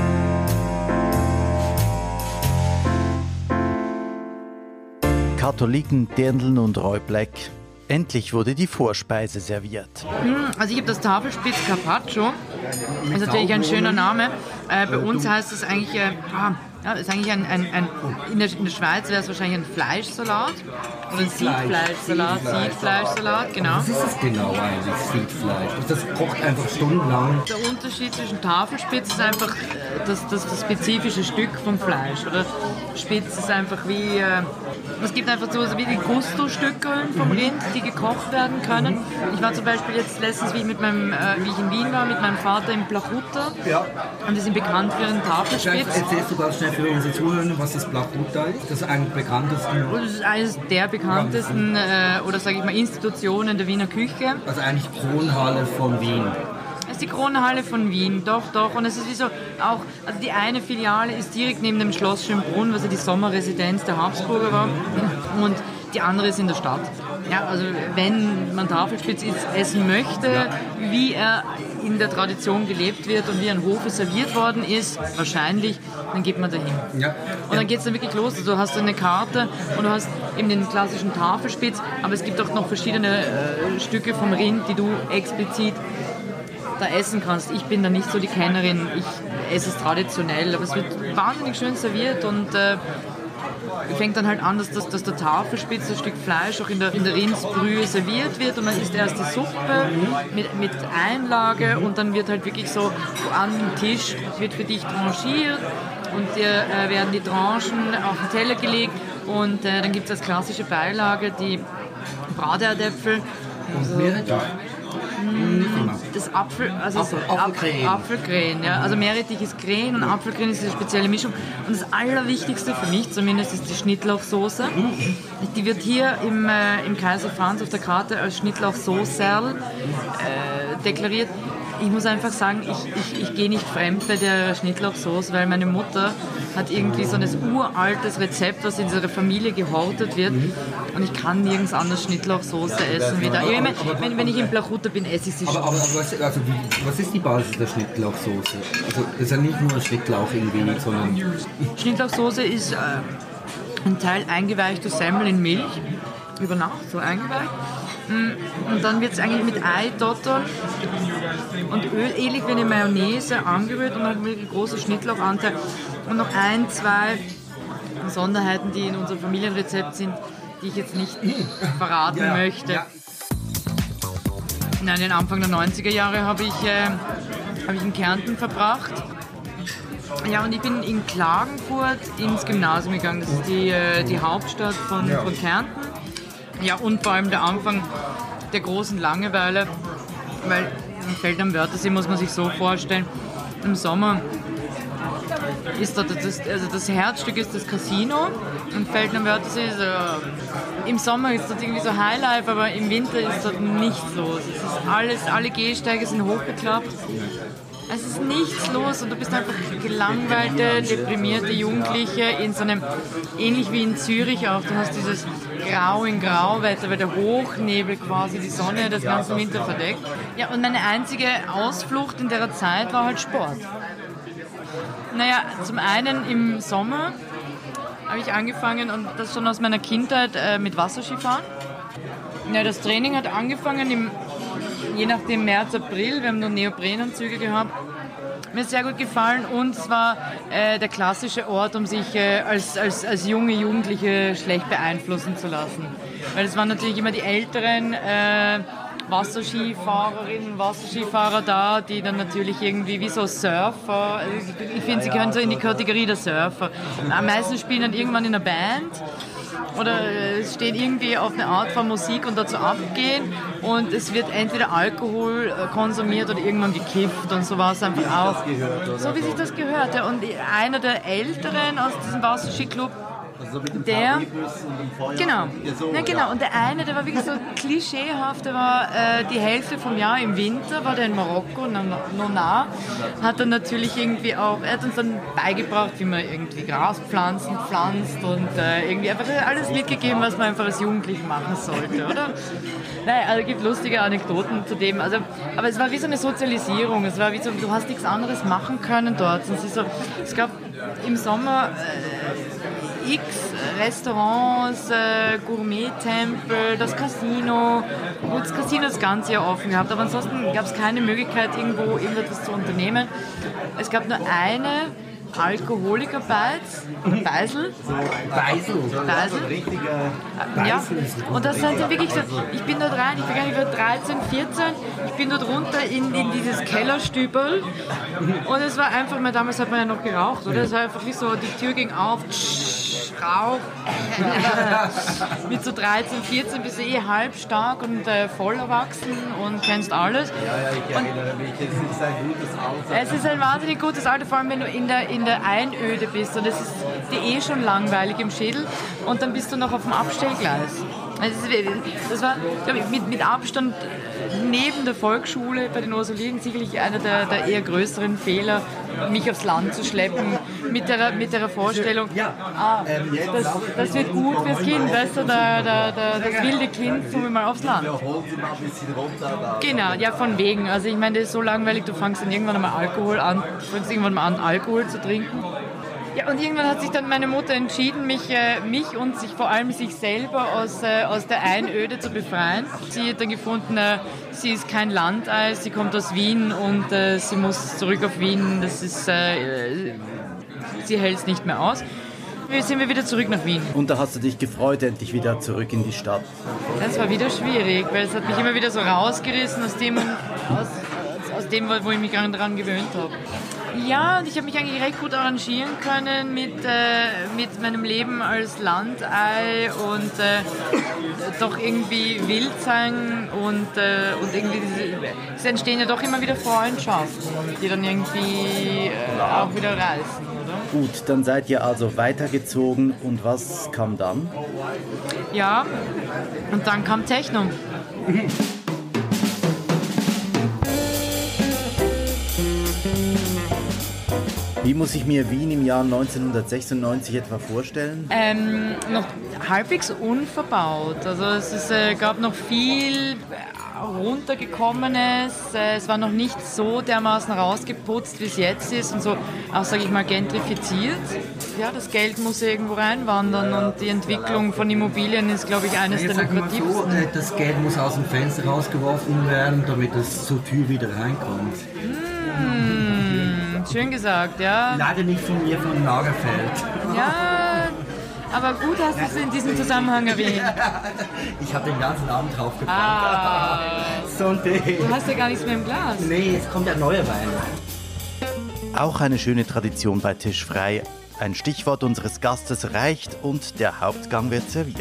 Katholiken, Dirndl und Roy Black. Endlich wurde die Vorspeise serviert. Also ich habe das Tafelspitz Carpaccio. Das ist natürlich ein schöner Name. Äh, bei uns heißt es eigentlich äh, Ja, das ist eigentlich ein, ein, ein in, der, in der Schweiz wäre es wahrscheinlich ein Fleischsalat oder ein Siedfleischsalat, Siedfleischsalat, genau. Was ist das genau eigentlich, Siedfleisch? Das kocht einfach stundenlang. Der Unterschied zwischen Tafelspitz ist einfach das, das, das spezifische Stück vom Fleisch, oder? Spitz ist einfach wie, äh, es gibt einfach so wie die Gusto-Stückeln vom Rind, die gekocht werden können. Ich war zum Beispiel jetzt letztens, wie ich, mit meinem, äh, wie ich in Wien war, mit meinem Vater in Plachuta. Ja. Und die sind bekannt für ihren Tafelspitz. Erzählst du ganz schnell für unsere Zuhörer, was das Plachuta ist? Das ist ein bekanntesten... Das ist eines der bekanntesten, äh, oder sage ich mal, Institutionen der Wiener Küche. Also eigentlich Kronhalle von Wien. Es ist die Kronhalle von Wien, doch, doch. Und es ist wie so auch, also die eine Filiale ist direkt neben dem Schloss Schönbrunn, was ja die Sommerresidenz der Habsburger war. Und die andere ist in der Stadt. Ja, also wenn man Tafelspitz essen möchte, wie er in der Tradition gelebt wird und wie an Hofe serviert worden ist, wahrscheinlich, dann geht man dahin. Ja. Und dann geht es dann wirklich los. Also du hast eine Karte und du hast eben den klassischen Tafelspitz, aber es gibt auch noch verschiedene äh, Stücke vom Rind, die du explizit da essen kannst. Ich bin da nicht so die Kennerin, ich esse es traditionell, aber es wird wahnsinnig schön serviert und äh, fängt dann halt an, dass, das, dass der Tafelspitz, das Stück Fleisch auch in der, in der Rindsbrühe serviert wird und dann isst erst die Suppe mit, mit Einlage und dann wird halt wirklich so an den Tisch, wird für dich tranchiert und dir äh, werden die Tranchen auf den Teller gelegt und äh, dann gibt es als klassische Beilage die Braterdäpfel. Also, das Apfel, also Apfel, Apfelcreme. Apfelcreme, ja. Also Meerrettich ist Creme und Apfelcreme ist eine spezielle Mischung. Und das Allerwichtigste für mich zumindest ist die Schnittlauchsoße. Die wird hier im, äh, im Kaiser Franz auf der Karte als Schnittlauchsoßerl äh, deklariert. Ich muss einfach sagen, ich, ich, ich gehe nicht fremd bei der Schnittlauchsoße, weil meine Mutter hat irgendwie so ein uraltes Rezept, was in unserer Familie gehortet wird. Und ich kann nirgends anders Schnittlauchsoße essen wie da. Ich meine, wenn, wenn ich in Plachuta bin, esse ich sie schon. Aber, aber, aber was, also, was ist die Basis der Schnittlauchsoße? Also, das ist ja nicht nur Schnittlauch irgendwie, sondern... Schnittlauchsoße ist äh, ein Teil eingeweichter Semmel in Milch, über Nacht so eingeweicht. Und dann wird es eigentlich mit Eidotter und Öl, ähnlich wie eine Mayonnaise, angerührt und dann wirklich großer Schnittlauchanteil. Und noch ein, zwei Besonderheiten, die in unserem Familienrezept sind, die ich jetzt nicht verraten ja, möchte. Ja. Nein, den Anfang der neunziger Jahre habe ich, äh, hab ich in Kärnten verbracht. Ja, und ich bin in Klagenfurt ins Gymnasium gegangen. Das ist die, äh, die Hauptstadt von, von Kärnten. Ja, und vor allem der Anfang der großen Langeweile, weil im Feld am Wörthersee muss man sich so vorstellen, im Sommer ist dort das, also das Herzstück ist das Casino, im Feld am Wörthersee ist, äh, im Sommer ist dort irgendwie so Highlife, aber im Winter ist dort nichts los. Es ist alles, alle Gehsteige sind hochgeklappt. Es ist nichts los und du bist einfach gelangweilte, deprimierte Jugendliche in so einem, ähnlich wie in Zürich auch, du hast dieses Grau in Grauwetter, weil der Hochnebel quasi die Sonne das ganze Winter verdeckt. Ja, und meine einzige Ausflucht in der Zeit war halt Sport. Naja, zum einen im Sommer habe ich angefangen, und das schon aus meiner Kindheit, äh, mit Wasserskifahren. Ja, das Training hat angefangen im je nachdem März, April, wir haben nur Neoprenanzüge gehabt. Mir ist sehr gut gefallen und es war äh, der klassische Ort, um sich äh, als, als, als junge Jugendliche schlecht beeinflussen zu lassen. Weil es waren natürlich immer die älteren äh, Wasserskifahrerinnen, Wasserskifahrer da, die dann natürlich irgendwie wie so Surfer, also ich finde, sie gehören so in die Kategorie der Surfer. Am meisten spielen dann irgendwann in einer Band. Oder es steht irgendwie auf eine Art von Musik und dazu abgehen und es wird entweder Alkohol konsumiert oder irgendwann gekifft und so war es einfach auch. So wie sich das gehört. Ja. Und einer der Älteren aus diesem Wasserski-Club, Also mit dem der, V W-Bus und dem Feuer. Genau, Ja, so, ja, genau. Und der eine, der war wirklich so klischeehaft, der war äh, die Hälfte vom Jahr im Winter, war der in Marokko, Nona, hat dann natürlich irgendwie auch, er hat uns dann beigebracht, wie man irgendwie Graspflanzen pflanzt und äh, irgendwie einfach alles mitgegeben, was man einfach als Jugendlich machen sollte, oder? Nein, also es gibt lustige Anekdoten zu dem, also, aber es war wie so eine Sozialisierung, es war wie so, du hast nichts anderes machen können dort. Es, ist so, es gab im Sommer äh, x Restaurants, äh, Gourmet-Tempel, das Casino. Gut, das Casino ist das ganze Jahr offen gehabt, aber ansonsten gab es keine Möglichkeit, irgendwo irgendetwas zu unternehmen. Es gab nur eine Alkoholiker-Beiz oder Beisel. Beisel. Beisel. Ja, und das sind ja wirklich so, ich bin dort rein, ich bin gar nicht dreizehn, vierzehn, ich bin dort runter in, in dieses Kellerstüberl und es war einfach, mal damals hat man ja noch geraucht, oder? Es war einfach wie so, die Tür ging auf, tsch, Rauch, mit so dreizehn, vierzehn bist du eh halbstark und äh, voll erwachsen und kennst alles. Ja, ja, ich erinnere mich, es ist ein gutes Alter. Es ist ein wahnsinnig gutes Alter, vor allem wenn du in der, in der Einöde bist und es ist dir eh schon langweilig im Schädel und dann bist du noch auf dem Abstellgleis. Das war, glaube ich, mit, mit Abstand neben der Volksschule bei den Ursulinen sicherlich einer der, der eher größeren Fehler, mich aufs Land zu schleppen, mit der, mit der Vorstellung, ah, das, das wird gut fürs Kind, weißt du, der, der, der, das wilde Kind, tun wir mal aufs Land. Genau, ja, von wegen. Also ich meine, das ist so langweilig, du fängst dann irgendwann mal Alkohol an, fängst irgendwann mal an, Alkohol zu trinken. Ja, und irgendwann hat sich dann meine Mutter entschieden, mich, äh, mich und sich vor allem sich selber aus, äh, aus der Einöde zu befreien. Sie hat dann gefunden, äh, sie ist kein Landei, sie kommt aus Wien und äh, sie muss zurück auf Wien. Das ist, äh, sie hält es nicht mehr aus. Wir sind wir wieder zurück nach Wien. Und da hast du dich gefreut, endlich wieder zurück in die Stadt? Das war wieder schwierig, weil es hat mich immer wieder so rausgerissen aus dem, aus, aus dem wo ich mich daran gewöhnt habe. Ja, und ich habe mich eigentlich recht gut arrangieren können mit, äh, mit meinem Leben als Landei und äh, doch irgendwie wild sein und, äh, und irgendwie diese, es entstehen ja doch immer wieder Freundschaften, die dann irgendwie äh, auch wieder reißen, oder? Gut, dann seid ihr also weitergezogen und was kam dann? Ja, und dann kam Techno. Wie muss ich mir Wien im Jahr neunzehnhundertsechsundneunzig etwa vorstellen? Ähm, noch halbwegs unverbaut. Also es ist, äh, gab noch viel runtergekommenes. Äh, es war noch nicht so dermaßen rausgeputzt, wie es jetzt ist und so, auch sage ich mal, gentrifiziert. Ja, das Geld muss irgendwo reinwandern und die Entwicklung von Immobilien ist, glaube ich, eines der lukrativsten. So, äh, das Geld muss aus dem Fenster rausgeworfen werden, damit es zur Tür wieder reinkommt. Mmh, schön gesagt, ja. Leider nicht von mir, von Lagerfeld. Ja, aber gut hast du es in diesem Zusammenhang erwähnt. Ich habe den ganzen Abend drauf gebracht. Ah, Sonntag. Du hast ja gar nichts mehr im Glas. Nee, es kommt ja neuer Wein. Auch eine schöne Tradition bei Tisch frei. Ein Stichwort unseres Gastes reicht und der Hauptgang wird serviert.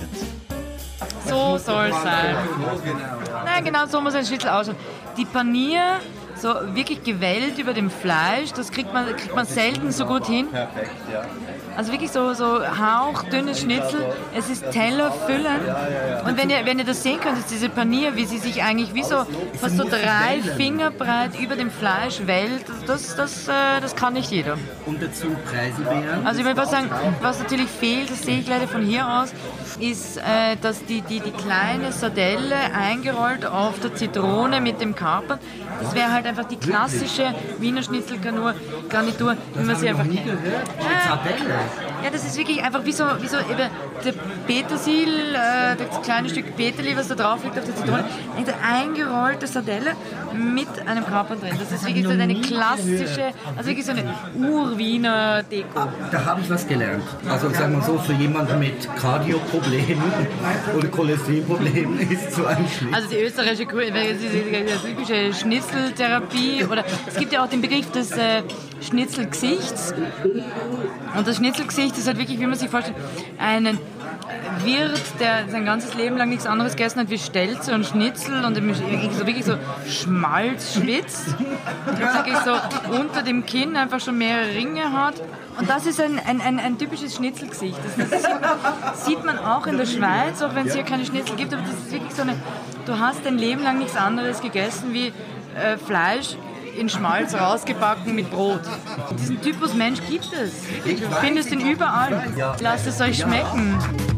So soll es sein. Nein, genau so muss ein Schnitzel ausschauen. Die Panier, so wirklich gewellt über dem Fleisch, das kriegt man, kriegt man selten so gut hin. Perfekt, ja. Also wirklich so, so hauchdünnes Schnitzel, es ist tellerfüllend. Und wenn ihr, wenn ihr das sehen könnt, ist diese Panier, wie sie sich eigentlich wie so fast so drei Finger breit über dem Fleisch wellt, das, das, äh, das kann nicht jeder. Und dazu Preiselbeeren. Also ich will was sagen, was natürlich fehlt, das sehe ich leider von hier aus, ist, äh, dass die, die, die kleine Sardelle eingerollt auf der Zitrone mit dem Kapern, das wäre halt einfach die klassische Wiener Schnitzelgarnitur, Garnitur, wie man sie einfach kennt. Sardelle. Ja, das ist wirklich einfach wie so, wie so eben der Petersil, äh, das kleine Stück Peterli, was da drauf liegt auf der Zitrone, eine eingerollte Sardelle mit einem Kapern drin. Das ist wirklich so eine klassische, also wirklich so eine Ur-Wiener Deko. Da habe ich was gelernt. Also sagen wir so, für jemanden mit Cardio-Problemen oder Cholesterinproblemen ist so ein Schnitzel. Also die österreichische diese typische Schnitzeltherapie, oder es gibt ja auch den Begriff des äh, Schnitzelgesichts. Und das Schnitzelgesicht ist halt wirklich, wie man sich vorstellt, einen Wirt, der sein ganzes Leben lang nichts anderes gegessen hat wie Stelze und Schnitzel und so wirklich so Schmalz schwitzt und wirklich so unter dem Kinn einfach schon mehrere Ringe hat. Und das ist ein, ein, ein, ein typisches Schnitzelgesicht. Das, das ist, sieht man auch in der Schweiz, auch wenn es hier keine Schnitzel gibt, aber das ist wirklich so eine, du hast dein Leben lang nichts anderes gegessen wie äh, Fleisch in Schmalz rausgebacken mit Brot. Diesen Typus Mensch gibt es. Du findest ihn überall. Lasst es euch schmecken.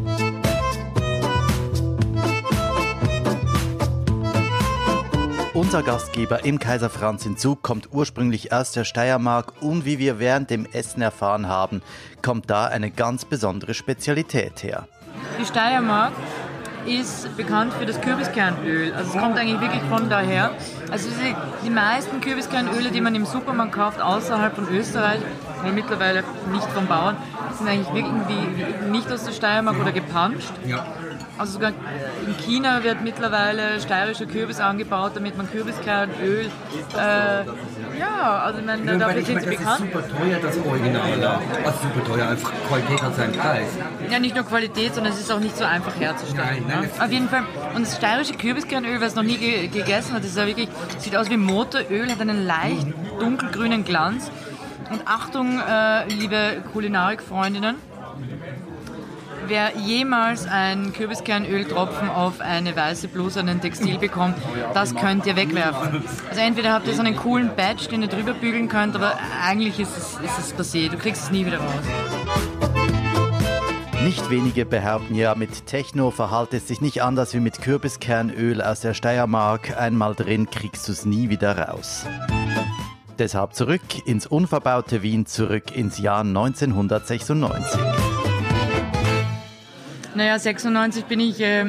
Unser Gastgeber im Kaiser Franz in Zug kommt ursprünglich aus der Steiermark und wie wir während dem Essen erfahren haben, kommt da eine ganz besondere Spezialität her. Die Steiermark ist bekannt für das Kürbiskernöl. Also es kommt eigentlich wirklich von daher. Also die, die meisten Kürbiskernöle, die man im Supermarkt kauft, außerhalb von Österreich, weil mittlerweile nicht vom Bauern, sind eigentlich wirklich nicht aus der Steiermark oder gepanscht. Ja. Also sogar in China wird mittlerweile steirischer Kürbis angebaut, damit man Kürbiskernöl, äh, ja, also ich meine, dafür sind sie bekannt. Das ist super teuer, das Original, ne? Also super teuer, einfach Qualität hat seinen Preis. Ja, nicht nur Qualität, sondern es ist auch nicht so einfach herzustellen. Nein, nein, ne? Auf jeden Fall, und das steirische Kürbiskernöl, wer es noch nie ge- gegessen hat, das ist ja wirklich, sieht aus wie Motoröl, hat einen leicht dunkelgrünen Glanz. Und Achtung, äh, liebe Kulinarikfreundinnen, wer jemals einen Kürbiskernöltropfen auf eine weiße Bluse an ein Textil bekommt, das könnt ihr wegwerfen. Also entweder habt ihr so einen coolen Badge, den ihr drüber bügeln könnt, aber eigentlich ist es, ist es passé. Du kriegst es nie wieder raus. Nicht wenige behaupten ja, mit Techno verhält es sich nicht anders wie mit Kürbiskernöl aus der Steiermark. Einmal drin kriegst du es nie wieder raus. Deshalb zurück ins unverbaute Wien, zurück ins Jahr neunzehnhundertsechsundneunzig. Naja, sechsundneunzig bin ich äh,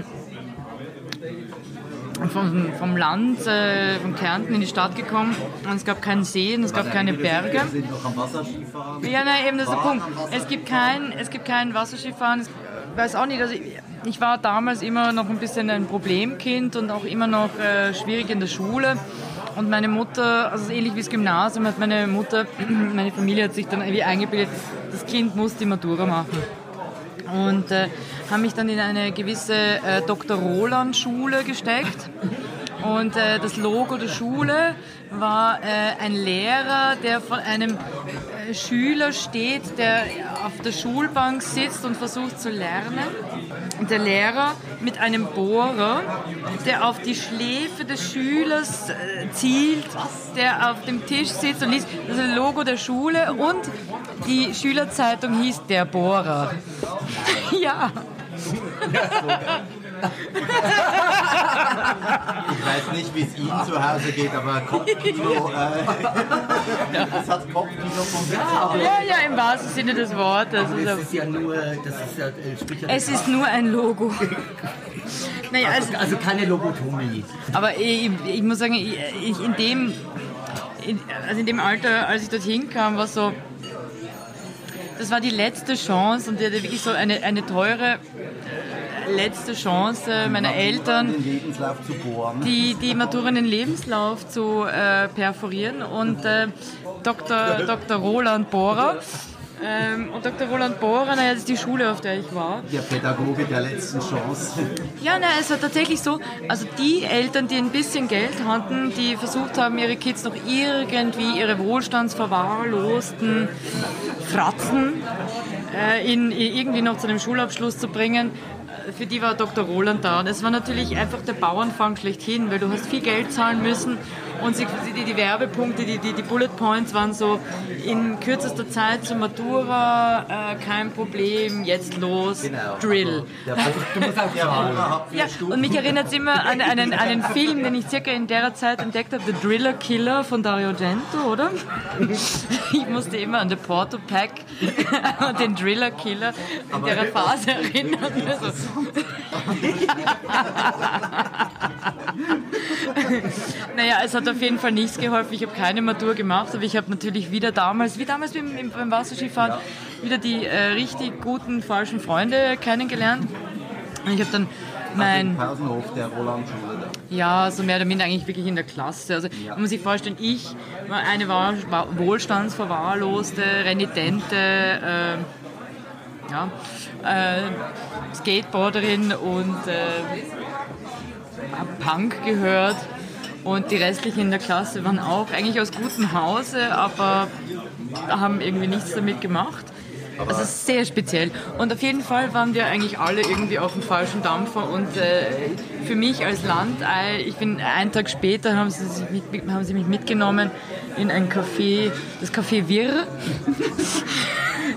vom, vom Land, äh, von Kärnten in die Stadt gekommen und es gab keinen See und es gab keine Berge. Wir sind noch am Wasserskifahren. Ja, nein, eben das ist der Punkt. Es gibt kein, es gibt kein Wasserskifahren. Ich weiß auch nicht, also ich, ich war damals immer noch ein bisschen ein Problemkind und auch immer noch äh, schwierig in der Schule. Und meine Mutter, also ähnlich wie das Gymnasium, hat meine Mutter, meine Familie hat sich dann irgendwie eingebildet, das Kind muss die Matura machen. Und äh, haben mich dann in eine gewisse äh, Doktor Roland Schule gesteckt. Und äh, das Logo der Schule war äh, ein Lehrer, der von einem äh, Schüler steht, der auf der Schulbank sitzt und versucht zu lernen. Und der Lehrer mit einem Bohrer, der auf die Schläfe des Schülers äh, zielt, der auf dem Tisch sitzt und liest. Das ist das Logo der Schule und die Schülerzeitung hieß Der Bohrer. Ja. Ich weiß nicht, wie es Ihnen zu Hause geht, aber Kopfkino, äh, das hat Kopfkino vom Ja, ja, ja, im wahrsten Sinne des Wortes. Aber das ist ja nur, das ist ja, spricht ja es ist nur ein Logo. Naja, also, also keine Lobotomie. Aber ich, ich muss sagen, ich, ich in dem, in, also in dem Alter, als ich dorthin kam, war so, das war die letzte Chance und die hatte wirklich so eine, eine teure letzte Chance meiner Eltern, den Lebenslauf zu bohren. die, die Matura in den Lebenslauf zu äh, perforieren. Und äh, Doktor Doktor Roland Bohrer, ähm, und Doktor Roland Bohrer, naja, das ist die Schule, auf der ich war. Der Pädagoge der letzten Chance. Ja, nein, es war tatsächlich so, also die Eltern, die ein bisschen Geld hatten, die versucht haben, ihre Kids noch irgendwie, ihre wohlstandsverwahrlosten Fratzen äh, in, irgendwie noch zu einem Schulabschluss zu bringen, für die war Doktor Roland da. Und es war natürlich einfach der Bauernfang schlechthin, weil du hast viel Geld zahlen müssen und sie, die, die Werbepunkte, die, die, die Bullet Points waren so in kürzester Zeit zur Matura, äh, kein Problem, jetzt los, Genau. Drill. Der, du musst auch ja, Ja, und mich erinnert es immer an einen, einen Film, den ich circa in der Zeit entdeckt habe, The Driller Killer von Dario Argento, oder? Ich musste immer an The Porto Pack und den Driller Killer in der Phase erinnern. Also, naja, es hat auf jeden Fall nichts geholfen. Ich habe keine Matur gemacht, aber ich habe natürlich wieder damals, wie damals beim, beim Wasserskifahren, wieder die äh, richtig guten falschen Freunde kennengelernt. Und ich habe dann mein... Pausenhof der Roland-Schule da. Ja, so mehr oder minder eigentlich wirklich in der Klasse. Also man muss sich vorstellen, ich war eine war, war wohlstandsverwahrloste, renitente, äh, ja, äh, Skateboarderin und äh, hab Punk gehört. Und die restlichen in der Klasse waren auch eigentlich aus gutem Hause, aber haben irgendwie nichts damit gemacht. Also sehr speziell. Und auf jeden Fall waren wir eigentlich alle irgendwie auf dem falschen Dampfer. Und äh, für mich als Landei, ich bin einen Tag später, haben sie, sich mit, haben sie mich mitgenommen in ein Café, das Café Wirr.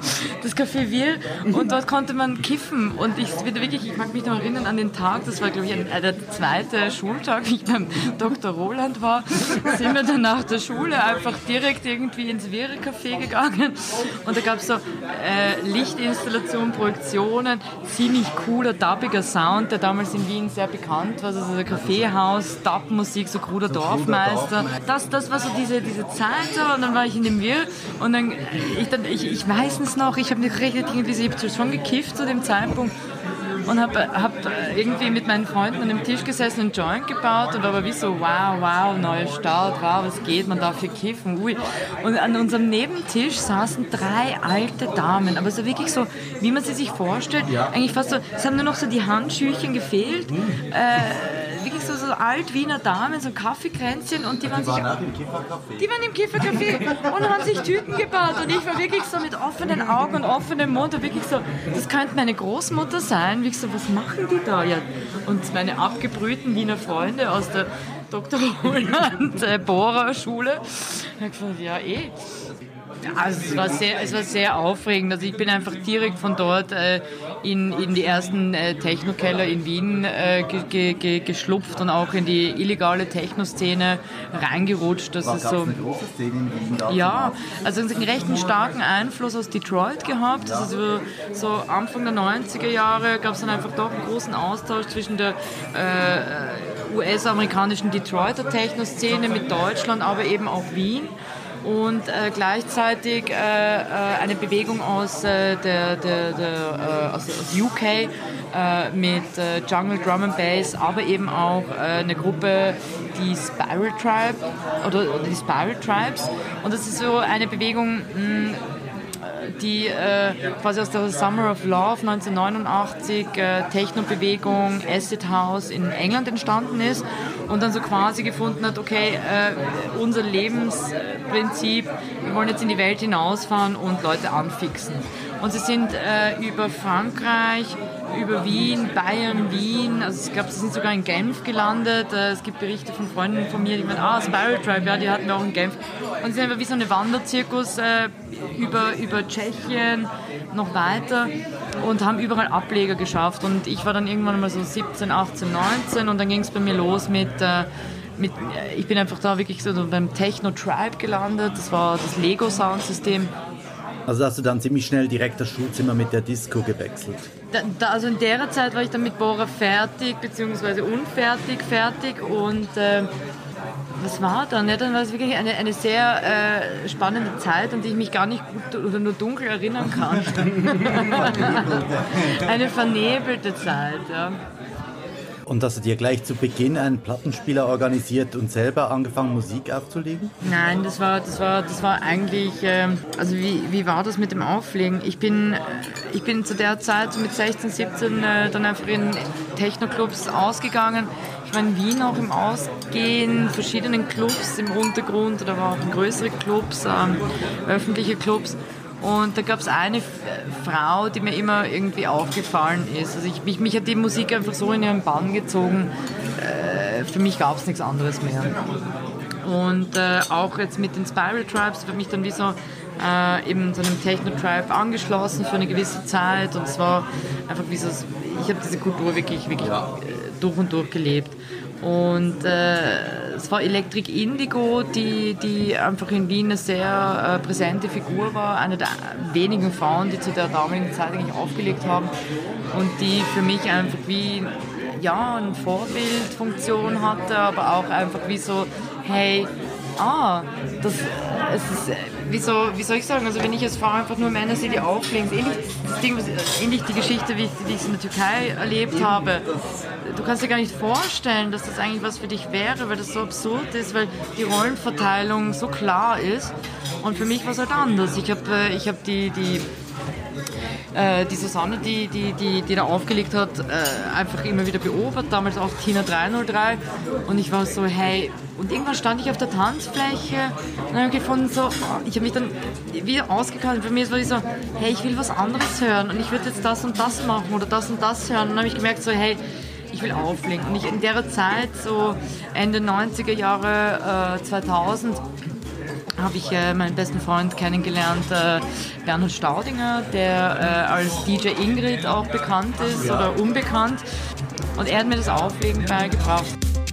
das Café Wir, und dort konnte man kiffen. Und ich wirklich, ich mag mich noch erinnern an den Tag, das war glaube ich ein, der zweite Schultag, wie ich beim Doktor Roland war, sind wir dann nach der Schule einfach direkt irgendwie ins Viere-Café gegangen und da gab es so äh, Lichtinstallationen, Projektionen, ziemlich cooler, dubbiger Sound, der damals in Wien sehr bekannt war, also so ein Kaffeehaus, Dub-Musik, so Kruder Dorfmeister. Das, das war so diese, diese Zeit so, und dann war ich in dem Wir und dann, ich, dann, ich, ich weiß es noch, ich habe nicht gerechnet, ich habe schon gekifft zu dem Zeitpunkt und habe hab irgendwie mit meinen Freunden an dem Tisch gesessen und einen Joint gebaut und war aber wie so, wow, wow, neuer Start, wow, was geht, man darf hier kiffen, ui. Und an unserem Nebentisch saßen drei alte Damen, aber so wirklich so, wie man sie sich vorstellt, ja. Eigentlich fast so, es haben nur noch so die Handschüchen gefehlt, mhm. äh, wirklich so, so alt-Wiener Damen, so Kaffeekränzchen und die waren, die waren sich... Im Kiffercafé. Die waren im Kiffercafé und haben sich Tüten gebaut und ich war wirklich so mit offenen Augen und offenem Mund und wirklich so, das könnte meine Großmutter sein, wie so, was machen die da? Ja. Und meine abgebrühten Wiener Freunde aus der Doktor Roland äh, Bohrer Schule, ich habe gesagt, ja eh. Also es war sehr, es war sehr aufregend. Also ich bin einfach direkt von dort äh, in, in die ersten äh, Techno-Keller in Wien äh, ge, ge, geschlupft und auch in die illegale Techno-Szene reingerutscht. Das War, ist so, eine große Szene in Wien? Da ja, also einen recht starken Einfluss aus Detroit gehabt. Ja. Also so Anfang der neunziger Jahre gab es dann einfach doch einen großen Austausch zwischen der äh, U S-amerikanischen Detroiter Techno-Szene mit Deutschland, aber eben auch Wien. Und äh, gleichzeitig äh, äh, eine Bewegung aus, äh, der, der, der, äh, aus, aus U K äh, mit äh, Jungle Drum and Bass, aber eben auch äh, eine Gruppe, die Spiral Tribe oder, oder die Spiral Tribes. Und das ist so eine Bewegung, mh, die äh, quasi aus der Summer of Love neunzehnhundertneunundachtzig äh, Techno-Bewegung, Acid House in England entstanden ist und dann so quasi gefunden hat, okay, äh, unser Lebensprinzip, wir wollen jetzt in die Welt hinausfahren und Leute anfixen. Und sie sind äh, über Frankreich, über Wien, Bayern, Wien, also ich glaube, sie sind sogar in Genf gelandet. Äh, es gibt Berichte von Freunden von mir, die meinen, ah, Spiral Tribe, ja, die hatten wir auch in Genf. Und sie sind einfach wie so eine Wanderzirkus äh, über, über Tschechien noch weiter und haben überall Ableger geschafft. Und ich war dann irgendwann mal so siebzehn, achtzehn, neunzehn und dann ging es bei mir los mit... Äh, Mit, ich bin einfach da wirklich so beim Techno Tribe gelandet, das war das Lego Soundsystem. Also hast du dann ziemlich schnell direkt das Schulzimmer mit der Disco gewechselt? Da, da, also in der Zeit war ich dann mit Bohrer fertig, beziehungsweise unfertig fertig und äh, was war dann? Ja, dann war es wirklich eine, eine sehr äh, spannende Zeit, an die ich mich gar nicht gut oder nur dunkel erinnern kann. Eine vernebelte Zeit, ja. Und hast du dir gleich zu Beginn einen Plattenspieler organisiert und selber angefangen, Musik aufzulegen? Nein, das war, das war, das war eigentlich, äh, also wie, wie war das mit dem Auflegen? Ich bin, ich bin zu der Zeit so mit sechzehn, siebzehn äh, dann einfach in Techno-Clubs ausgegangen. Ich war in Wien auch im Ausgehen, verschiedenen Clubs im Untergrund oder war auch in größere Clubs, ähm, öffentliche Clubs. Und da gab es eine Frau, die mir immer irgendwie aufgefallen ist. Also ich, mich, mich hat die Musik einfach so in ihren Bann gezogen. Äh, für mich gab es nichts anderes mehr. Und äh, auch jetzt mit den Spiral Tribes habe ich mich dann wie so äh, eben so einem Techno-Tribe angeschlossen für eine gewisse Zeit. Und es war einfach wie so, ich habe diese Kultur wirklich, wirklich ja. durch und durch gelebt. Und äh, es war Electric Indigo, die, die einfach in Wien eine sehr äh, präsente Figur war, eine der wenigen Frauen, die zu der damaligen Zeit eigentlich aufgelegt haben und die für mich einfach wie ja, eine Vorbildfunktion hatte, aber auch einfach wie so, hey, ah, das, es ist, wie, so, wie soll ich sagen, also wenn ich als Frau einfach nur Männer sehe, die auflegen, ähnlich, das Ding, ähnlich die Geschichte, wie ich, die ich in der Türkei erlebt habe. Du kannst dir gar nicht vorstellen, dass das eigentlich was für dich wäre, weil das so absurd ist, weil die Rollenverteilung so klar ist. Und für mich war es halt anders. Ich habe ich hab die, die, äh, die Susanne, die, die, die, die da aufgelegt hat, äh, einfach immer wieder beobachtet, damals auch Tina drei null drei. Und ich war so, hey, und irgendwann stand ich auf der Tanzfläche und habe gefunden, so, ich habe mich dann wieder ausgekannt. Für mich war ich so, hey, ich will was anderes hören und ich würde jetzt das und das machen oder das und das hören. Und dann habe ich gemerkt, so, hey, ich will auflegen. Und ich in der Zeit, so Ende neunziger Jahre, äh, zweitausend, habe ich äh, meinen besten Freund kennengelernt, äh, Bernhard Staudinger, der äh, als D J Ingrid auch bekannt ist oder unbekannt. Und er hat mir das Auflegen beigebracht.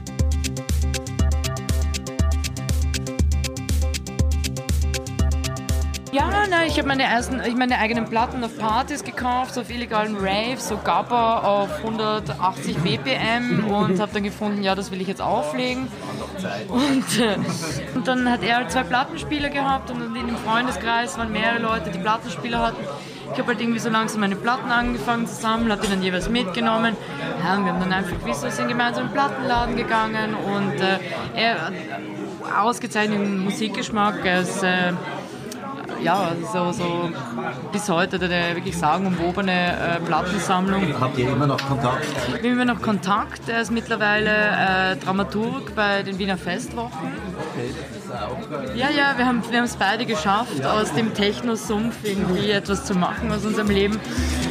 Ja, nein, ich habe meine ersten, ich meine eigenen Platten auf Partys gekauft, auf illegalen Raves, so Gabba auf hundertachtzig B P M und habe dann gefunden, ja, das will ich jetzt auflegen. Und, äh, und dann hat er zwei Plattenspieler gehabt und in dem Freundeskreis waren mehrere Leute, die Plattenspieler hatten. Ich habe halt irgendwie so langsam meine Platten angefangen zu sammeln, habe die dann jeweils mitgenommen. Ja, und wir haben dann einfach gewiss, wir sind gemeinsam in den Plattenladen gegangen und äh, er hat ausgezeichneten Musikgeschmack. Er ist, äh, ja, so, so bis heute hat er eine wirklich sagenumwobene äh, Plattensammlung. Habt ihr immer noch Kontakt? Wir haben immer noch Kontakt. Er ist mittlerweile äh, Dramaturg bei den Wiener Festwochen. Okay, das ist auch geil. Ja, ja, wir haben wir es beide geschafft, ja, aus dem Techno-Sumpf irgendwie etwas zu machen aus unserem Leben.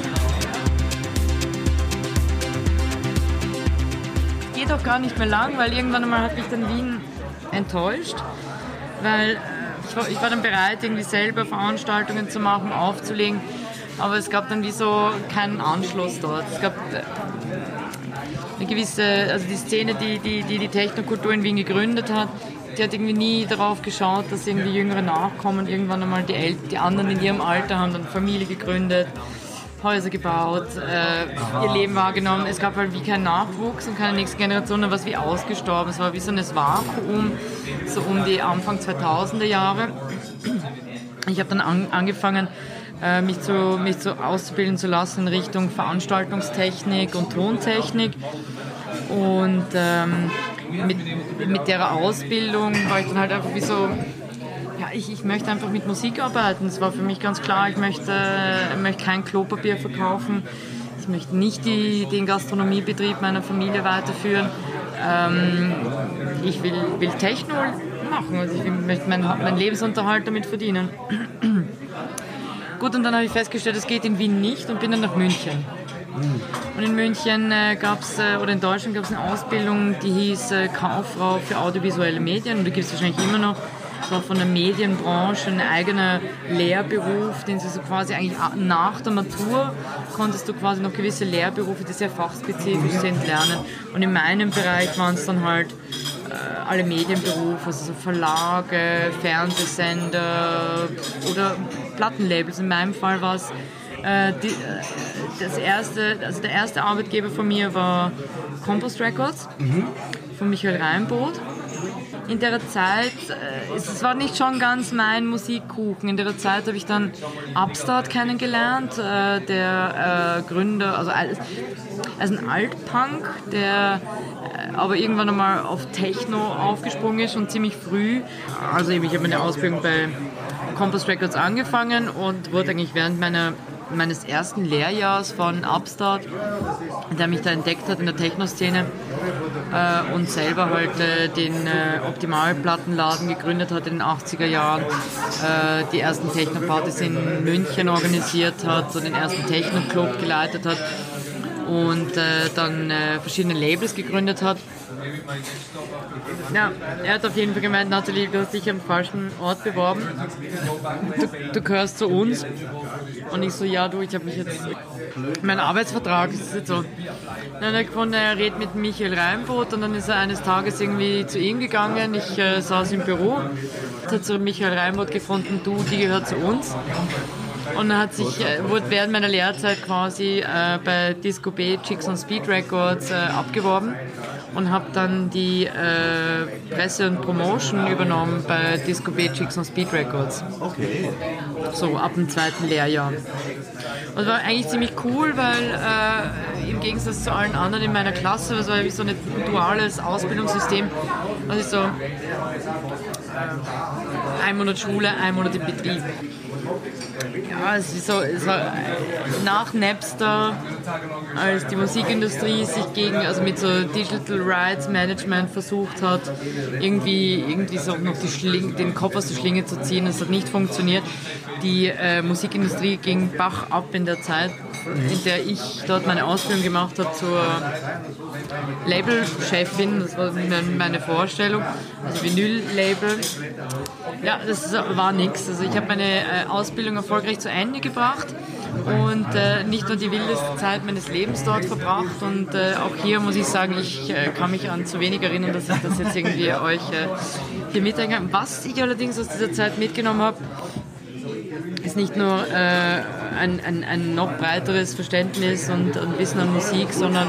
Geht auch gar nicht mehr lang, weil irgendwann einmal hat mich dann Wien enttäuscht, weil Ich war, ich war dann bereit, irgendwie selber Veranstaltungen zu machen, aufzulegen, aber es gab dann wie so keinen Anschluss dort. Es gab eine gewisse, also die Szene, die die, die, die Technokultur in Wien gegründet hat, die hat irgendwie nie darauf geschaut, dass irgendwie jüngere Nachkommen irgendwann einmal die, El- die anderen in ihrem Alter haben dann Familie gegründet, Häuser gebaut, äh, ihr Leben wahrgenommen. Es gab halt wie keinen Nachwuchs und keine nächste Generation, dann war es wie ausgestorben. Es war wie so ein Vakuum, so um die Anfang zweitausender Jahre. Ich habe dann an, angefangen, äh, mich, zu, mich zu auszubilden zu lassen in Richtung Veranstaltungstechnik und Tontechnik. Und ähm, mit, mit der Ausbildung war ich dann halt einfach wie so... Ja, ich, ich möchte einfach mit Musik arbeiten. Es war für mich ganz klar, ich möchte, ich möchte kein Klopapier verkaufen. Ich möchte nicht die, den Gastronomiebetrieb meiner Familie weiterführen. Ähm, ich will, will Techno machen. Also ich will, möchte meinen, meinen Lebensunterhalt damit verdienen. Gut, und dann habe ich festgestellt, es geht in Wien nicht und bin dann nach München. Und in München äh, gab es, äh, oder in Deutschland gab es eine Ausbildung, die hieß äh, Kauffrau für audiovisuelle Medien. Und die gibt es wahrscheinlich immer noch. Das war von der Medienbranche ein eigener Lehrberuf, den sie so quasi eigentlich nach der Matur konntest du quasi noch gewisse Lehrberufe, die sehr fachspezifisch sind, lernen. Und in meinem Bereich waren es dann halt äh, alle Medienberufe, also so Verlage, Fernsehsender oder Plattenlabels. In meinem Fall war es äh, die, das erste, also der erste Arbeitgeber von mir war Compost Records, mhm, von Michael Reinboth. In der Zeit, äh, es war nicht schon ganz mein Musikkuchen, in der Zeit habe ich dann Upstart kennengelernt, äh, der äh, Gründer, also als, als ein Altpunk, der äh, aber irgendwann einmal auf Techno aufgesprungen ist und ziemlich früh. Also ich habe meine Ausbildung bei Compost Records angefangen und wurde eigentlich während meiner meines ersten Lehrjahrs von Upstart, der mich da entdeckt hat in der Techno-Szene äh, und selber halt äh, den äh, Optimal-Plattenladen gegründet hat in den achtziger Jahren, äh, die ersten Techno-Partys in München organisiert hat und den ersten Techno-Club geleitet hat und äh, dann äh, verschiedene Labels gegründet hat. Ja, er hat auf jeden Fall gemeint, Nathalie, du hast dich am falschen Ort beworben. Du, du gehörst zu uns. Und ich so, ja du, ich habe mich jetzt... Mein Arbeitsvertrag ist jetzt so. Dann hat er gefunden, er redet mit Michael Reinboth und dann ist er eines Tages irgendwie zu ihm gegangen. Ich äh, saß im Büro, hat zu Michael Reinboth gefunden, du, die gehört zu uns. Und er hat sich, äh, wurde während meiner Lehrzeit quasi äh, bei Disco B, Chicks on Speed Records äh, abgeworben und habe dann die äh, Presse und Promotion übernommen bei Disco B, Chicks on Speed Records. Okay. So ab dem zweiten Lehrjahr. Und das war eigentlich ziemlich cool, weil äh, im Gegensatz zu allen anderen in meiner Klasse, das war wie so ein duales Ausbildungssystem, also so äh, ein Monat Schule, ein Monat im Betrieb. ja, es ist so, es war nach Napster, als die Musikindustrie sich gegen, also mit so Digital Rights Management versucht hat, irgendwie, irgendwie so noch die Schling, den Kopf aus der Schlinge zu ziehen. Das hat nicht funktioniert. Die äh, Musikindustrie ging Bach ab in der Zeit, in der ich dort meine Ausbildung gemacht habe zur Labelchefin. Das war meine Vorstellung, also Vinyl-Label. Ja, das war nichts. Also ich habe meine äh, Ausbildung erfolgreich zu Ende gebracht und äh, nicht nur die wildeste Zeit meines Lebens dort verbracht. Und äh, auch hier muss ich sagen, ich äh, kann mich an zu wenig erinnern, dass ich das jetzt irgendwie euch äh, hier mitteilen kann. Was ich allerdings aus dieser Zeit mitgenommen habe, ist nicht nur äh, ein, ein, ein noch breiteres Verständnis und ein Wissen an Musik, sondern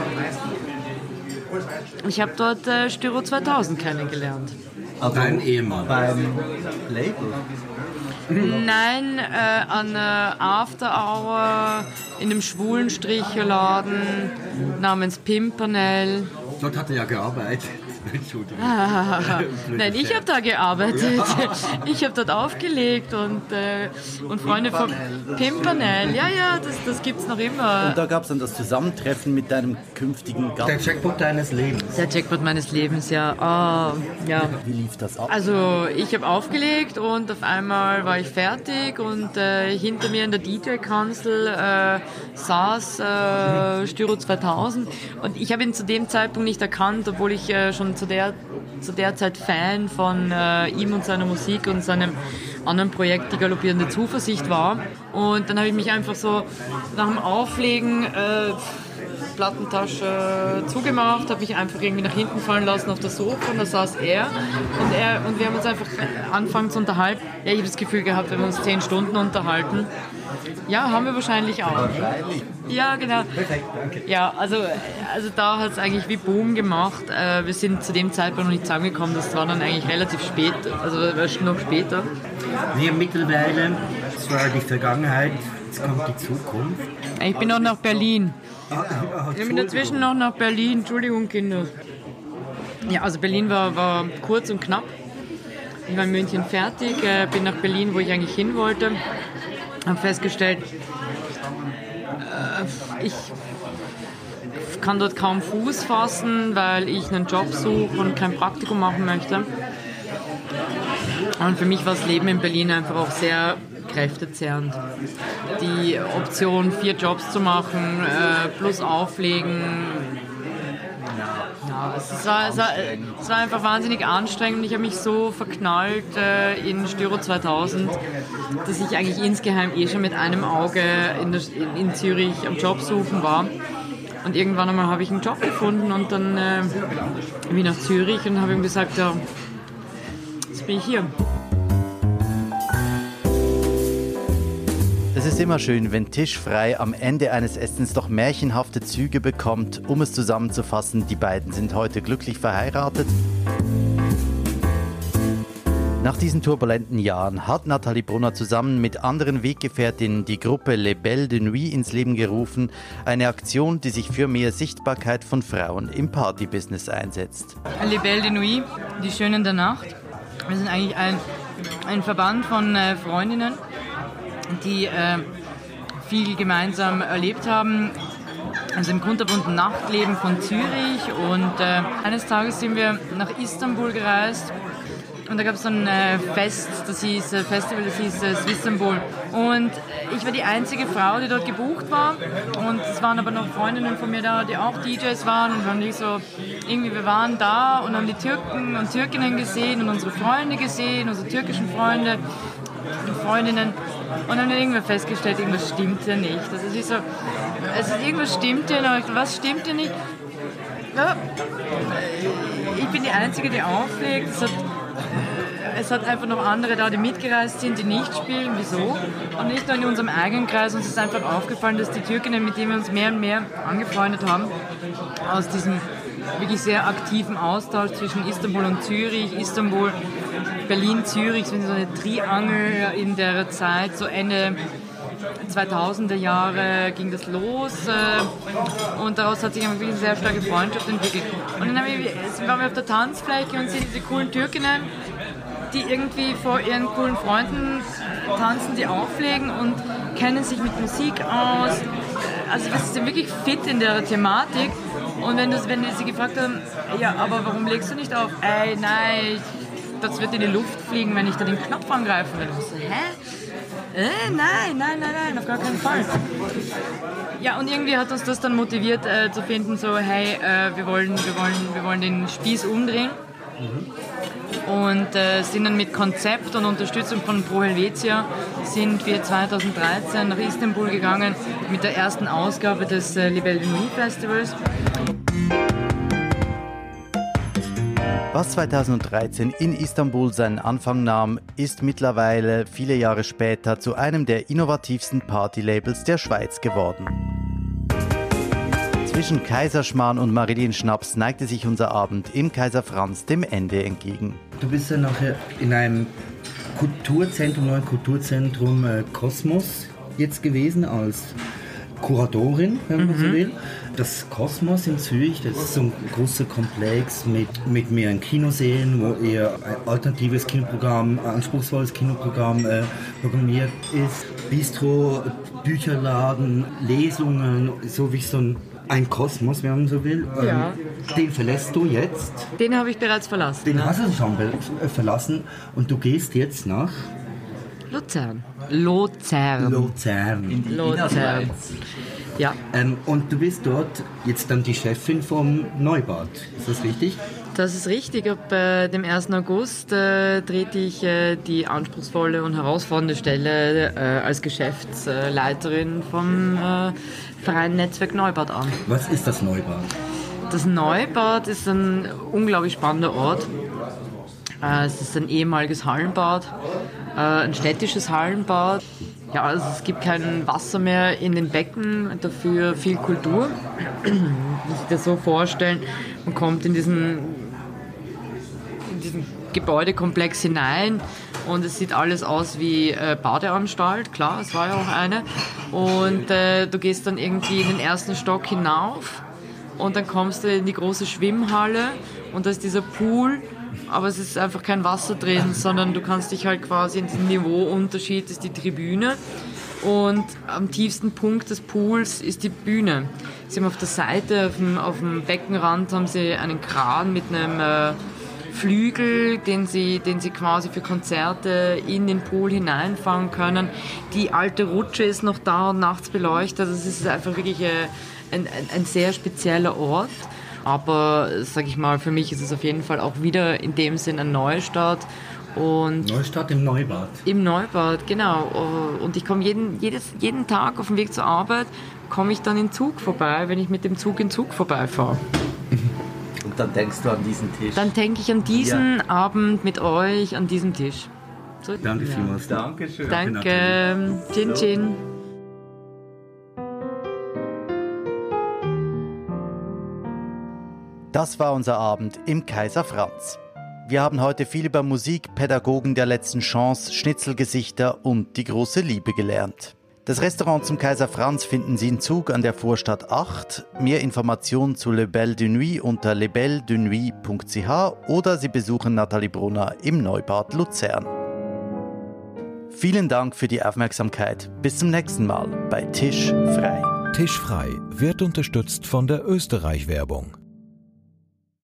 ich habe dort äh, Styro zweitausend kennengelernt. Also dein Ehemann? Beim Label? Nein, äh, an äh, After Hour in einem schwulen Stricherladen namens Pimpernel. Dort hat er ja gearbeitet. Entschuldigung. Ah, nein, ich habe da gearbeitet. Ich habe dort aufgelegt und, äh, und Freunde von Pimpernel. Ja, ja, das, das gibt es noch immer. Und da gab es dann das Zusammentreffen mit deinem künftigen Gatten. Der Jackpot deines Lebens. Der Jackpot meines Lebens, ja. Oh, ja. Wie lief das ab? Also ich habe aufgelegt und auf einmal war ich fertig und äh, hinter mir in der D J-Kanzel äh, saß äh, Styro zweitausend und ich habe ihn zu dem Zeitpunkt nicht erkannt, obwohl ich äh, schon zu der, zu der Zeit Fan von äh, ihm und seiner Musik und seinem anderen Projekt, die galoppierende Zuversicht war. Und dann habe ich mich einfach so nach dem Auflegen äh, Plattentasche zugemacht, habe mich einfach irgendwie nach hinten fallen lassen auf das Sofa und da saß er und, er und wir haben uns einfach angefangen zu unterhalten. Ja, ich habe das Gefühl gehabt, wir haben uns zehn Stunden unterhalten. Ja, haben wir wahrscheinlich auch. Wahrscheinlich. Ja, genau. Perfekt, danke. Ja, also, also da hat es eigentlich wie Boom gemacht. Äh, wir sind zu dem Zeitpunkt noch nicht zusammengekommen, das war dann eigentlich relativ spät, also noch später. Wir mittlerweile, das war die Vergangenheit, jetzt kommt die Zukunft. Ich bin noch nach Berlin. Ich bin dazwischen noch nach Berlin. Entschuldigung, Kinder. Ja, also Berlin war, war kurz und knapp. Ich war in München fertig, äh, bin nach Berlin, wo ich eigentlich hin wollte. Habe festgestellt, äh, ich kann dort kaum Fuß fassen, weil ich einen Job suche und kein Praktikum machen möchte. Und für mich war das Leben in Berlin einfach auch sehr kräftezehrend. Die Option, vier Jobs zu machen, äh, plus auflegen, ja, es war, es, war, es war einfach wahnsinnig anstrengend. Ich habe mich so verknallt äh, in Styro zweitausend, dass ich eigentlich insgeheim eh schon mit einem Auge in, der, in, in Zürich am Job suchen war. Und irgendwann einmal habe ich einen Job gefunden und dann äh, bin ich nach Zürich und habe ihm gesagt, ja, jetzt bin ich hier. Es ist immer schön, wenn Tischfrei am Ende eines Essens doch märchenhafte Züge bekommt. Um es zusammenzufassen, die beiden sind heute glücklich verheiratet. Nach diesen turbulenten Jahren hat Nathalie Brunner zusammen mit anderen Weggefährtinnen die Gruppe Les Belles de Nuit ins Leben gerufen. Eine Aktion, die sich für mehr Sichtbarkeit von Frauen im Partybusiness einsetzt. Les Belles de Nuit, die Schönen der Nacht. Wir sind eigentlich ein, ein Verband von äh, Freundinnen, die äh, viel gemeinsam erlebt haben, also im kunterbunten Nachtleben von Zürich. Und äh, eines Tages sind wir nach Istanbul gereist und da gab es so ein äh, Fest, das hieß äh, Festival, das hieß äh, Swissamboul. Und ich war die einzige Frau, die dort gebucht war. Und es waren aber noch Freundinnen von mir da, die auch D Js waren. Und haben die so, irgendwie, wir waren da und haben die Türken und Türkinnen gesehen und unsere Freunde gesehen, unsere türkischen Freunde und Freundinnen. Und dann haben wir irgendwann festgestellt, irgendwas stimmt ja nicht. Also es ist so, es ist, irgendwas stimmt ja nicht. Was stimmt ja nicht? Ja, ich bin die Einzige, die auflegt. Es hat, es hat einfach noch andere da, die mitgereist sind, die nicht spielen. Wieso? Und nicht nur in unserem eigenen Kreis. Uns ist einfach aufgefallen, dass die Türkinnen, mit denen wir uns mehr und mehr angefreundet haben, aus diesem wirklich sehr aktiven Austausch zwischen Istanbul und Zürich, Istanbul, Berlin, Zürich, so eine Triangel in der Zeit, so Ende zweitausender Jahre ging das los und daraus hat sich wirklich eine sehr starke Freundschaft entwickelt. Und dann haben wir, waren wir auf der Tanzfläche und sind diese coolen Türkinnen die irgendwie vor ihren coolen Freunden tanzen, die auflegen und kennen sich mit Musik aus. Also wir sind wirklich fit in der Thematik. Und wenn, das, wenn wir sie gefragt haben, ja, aber warum legst du nicht auf? Ey, nein, ich, das wird in die Luft fliegen, wenn ich da den Knopf angreifen will. Und so, hä? Äh, nein, nein, nein, nein, auf gar keinen Fall. Ja, und irgendwie hat uns das dann motiviert äh, zu finden, so, hey, äh, wir, wollen, wir, wollen, wir wollen den Spieß umdrehen. Mhm. Und äh, sind dann mit Konzept und Unterstützung von Pro Helvetia sind wir zweitausenddreizehn nach Istanbul gegangen mit der ersten Ausgabe des äh, Les Belles de Nuit Festivals. Was zweitausenddreizehn in Istanbul seinen Anfang nahm, ist mittlerweile viele Jahre später zu einem der innovativsten Partylabels der Schweiz geworden. Zwischen Kaiserschmarrn und Marillienschnaps neigte sich unser Abend im Kaiser Franz dem Ende entgegen. Du bist ja nachher in einem Kulturzentrum, neuen Kulturzentrum äh, Kosmos jetzt gewesen als Kuratorin, wenn man mhm. so will. Das Kosmos in Zürich, das ist so ein großer Komplex mit, mit mehreren Kinosälen, wo eher ein alternatives Kinoprogramm, ein anspruchsvolles Kinoprogramm äh, programmiert ist. Bistro, Bücherladen, Lesungen, so wie so ein, ein Kosmos, wenn man so will. Ja. Ähm, den verlässt du jetzt. Den habe ich bereits verlassen. Den ja. hast du schon be- verlassen und du gehst jetzt nach Luzern. Luzern. Luzern. In die Luzern. Innerschweiz. Ja. Ähm, und du bist dort jetzt dann die Chefin vom Neubad, ist das richtig? Das ist richtig. Ab äh, dem ersten August äh, trete ich äh, die anspruchsvolle und herausfordernde Stelle äh, als Geschäftsleiterin vom äh, Verein Netzwerk Neubad an. Was ist das Neubad? Das Neubad ist ein unglaublich spannender Ort. Äh, es ist ein ehemaliges Hallenbad, äh, ein städtisches Hallenbad. Ja, also es gibt kein Wasser mehr in den Becken, dafür viel Kultur. Ich muss sich das so vorstellen, man kommt in diesen, in diesen Gebäudekomplex hinein und es sieht alles aus wie äh, Badeanstalt, klar, es war ja auch eine. Und äh, du gehst dann irgendwie in den ersten Stock hinauf und dann kommst du in die große Schwimmhalle und da ist dieser Pool. Aber es ist einfach kein Wasser drin, sondern du kannst dich halt quasi in diesem Niveauunterschied ist die Tribüne und am tiefsten Punkt des Pools ist die Bühne. Sie haben auf der Seite, auf dem, auf dem Beckenrand, haben sie einen Kran mit einem äh, Flügel, den sie, den sie quasi für Konzerte in den Pool hineinfahren können. Die alte Rutsche ist noch da und nachts beleuchtet. Also es ist einfach wirklich äh, ein, ein, ein sehr spezieller Ort. Aber, sag ich mal, für mich ist es auf jeden Fall auch wieder in dem Sinn ein Neustart. Und Neustart im Neubad. Im Neubad, genau. Und ich komme jeden, jedes, jeden Tag auf dem Weg zur Arbeit, komme ich dann in Zug vorbei, wenn ich mit dem Zug in Zug vorbeifahre. Und dann denkst du an diesen Tisch. Dann denke ich an diesen ja. Abend mit euch, an diesem Tisch. So, Danke ja. vielmals. Dankeschön. Danke. Chin Chin. Das war unser Abend im Kaiser Franz. Wir haben heute viel über Musik, Pädagogen der letzten Chance, Schnitzelgesichter und die große Liebe gelernt. Das Restaurant zum Kaiser Franz finden Sie in Zug an der Vorstadt acht. Mehr Informationen zu Les Belles de Nuit unter les belles de nuit punkt c h oder Sie besuchen Nathalie Brunner im Neubad Luzern. Vielen Dank für die Aufmerksamkeit. Bis zum nächsten Mal bei Tisch frei. Tisch frei wird unterstützt von der Österreich-Werbung.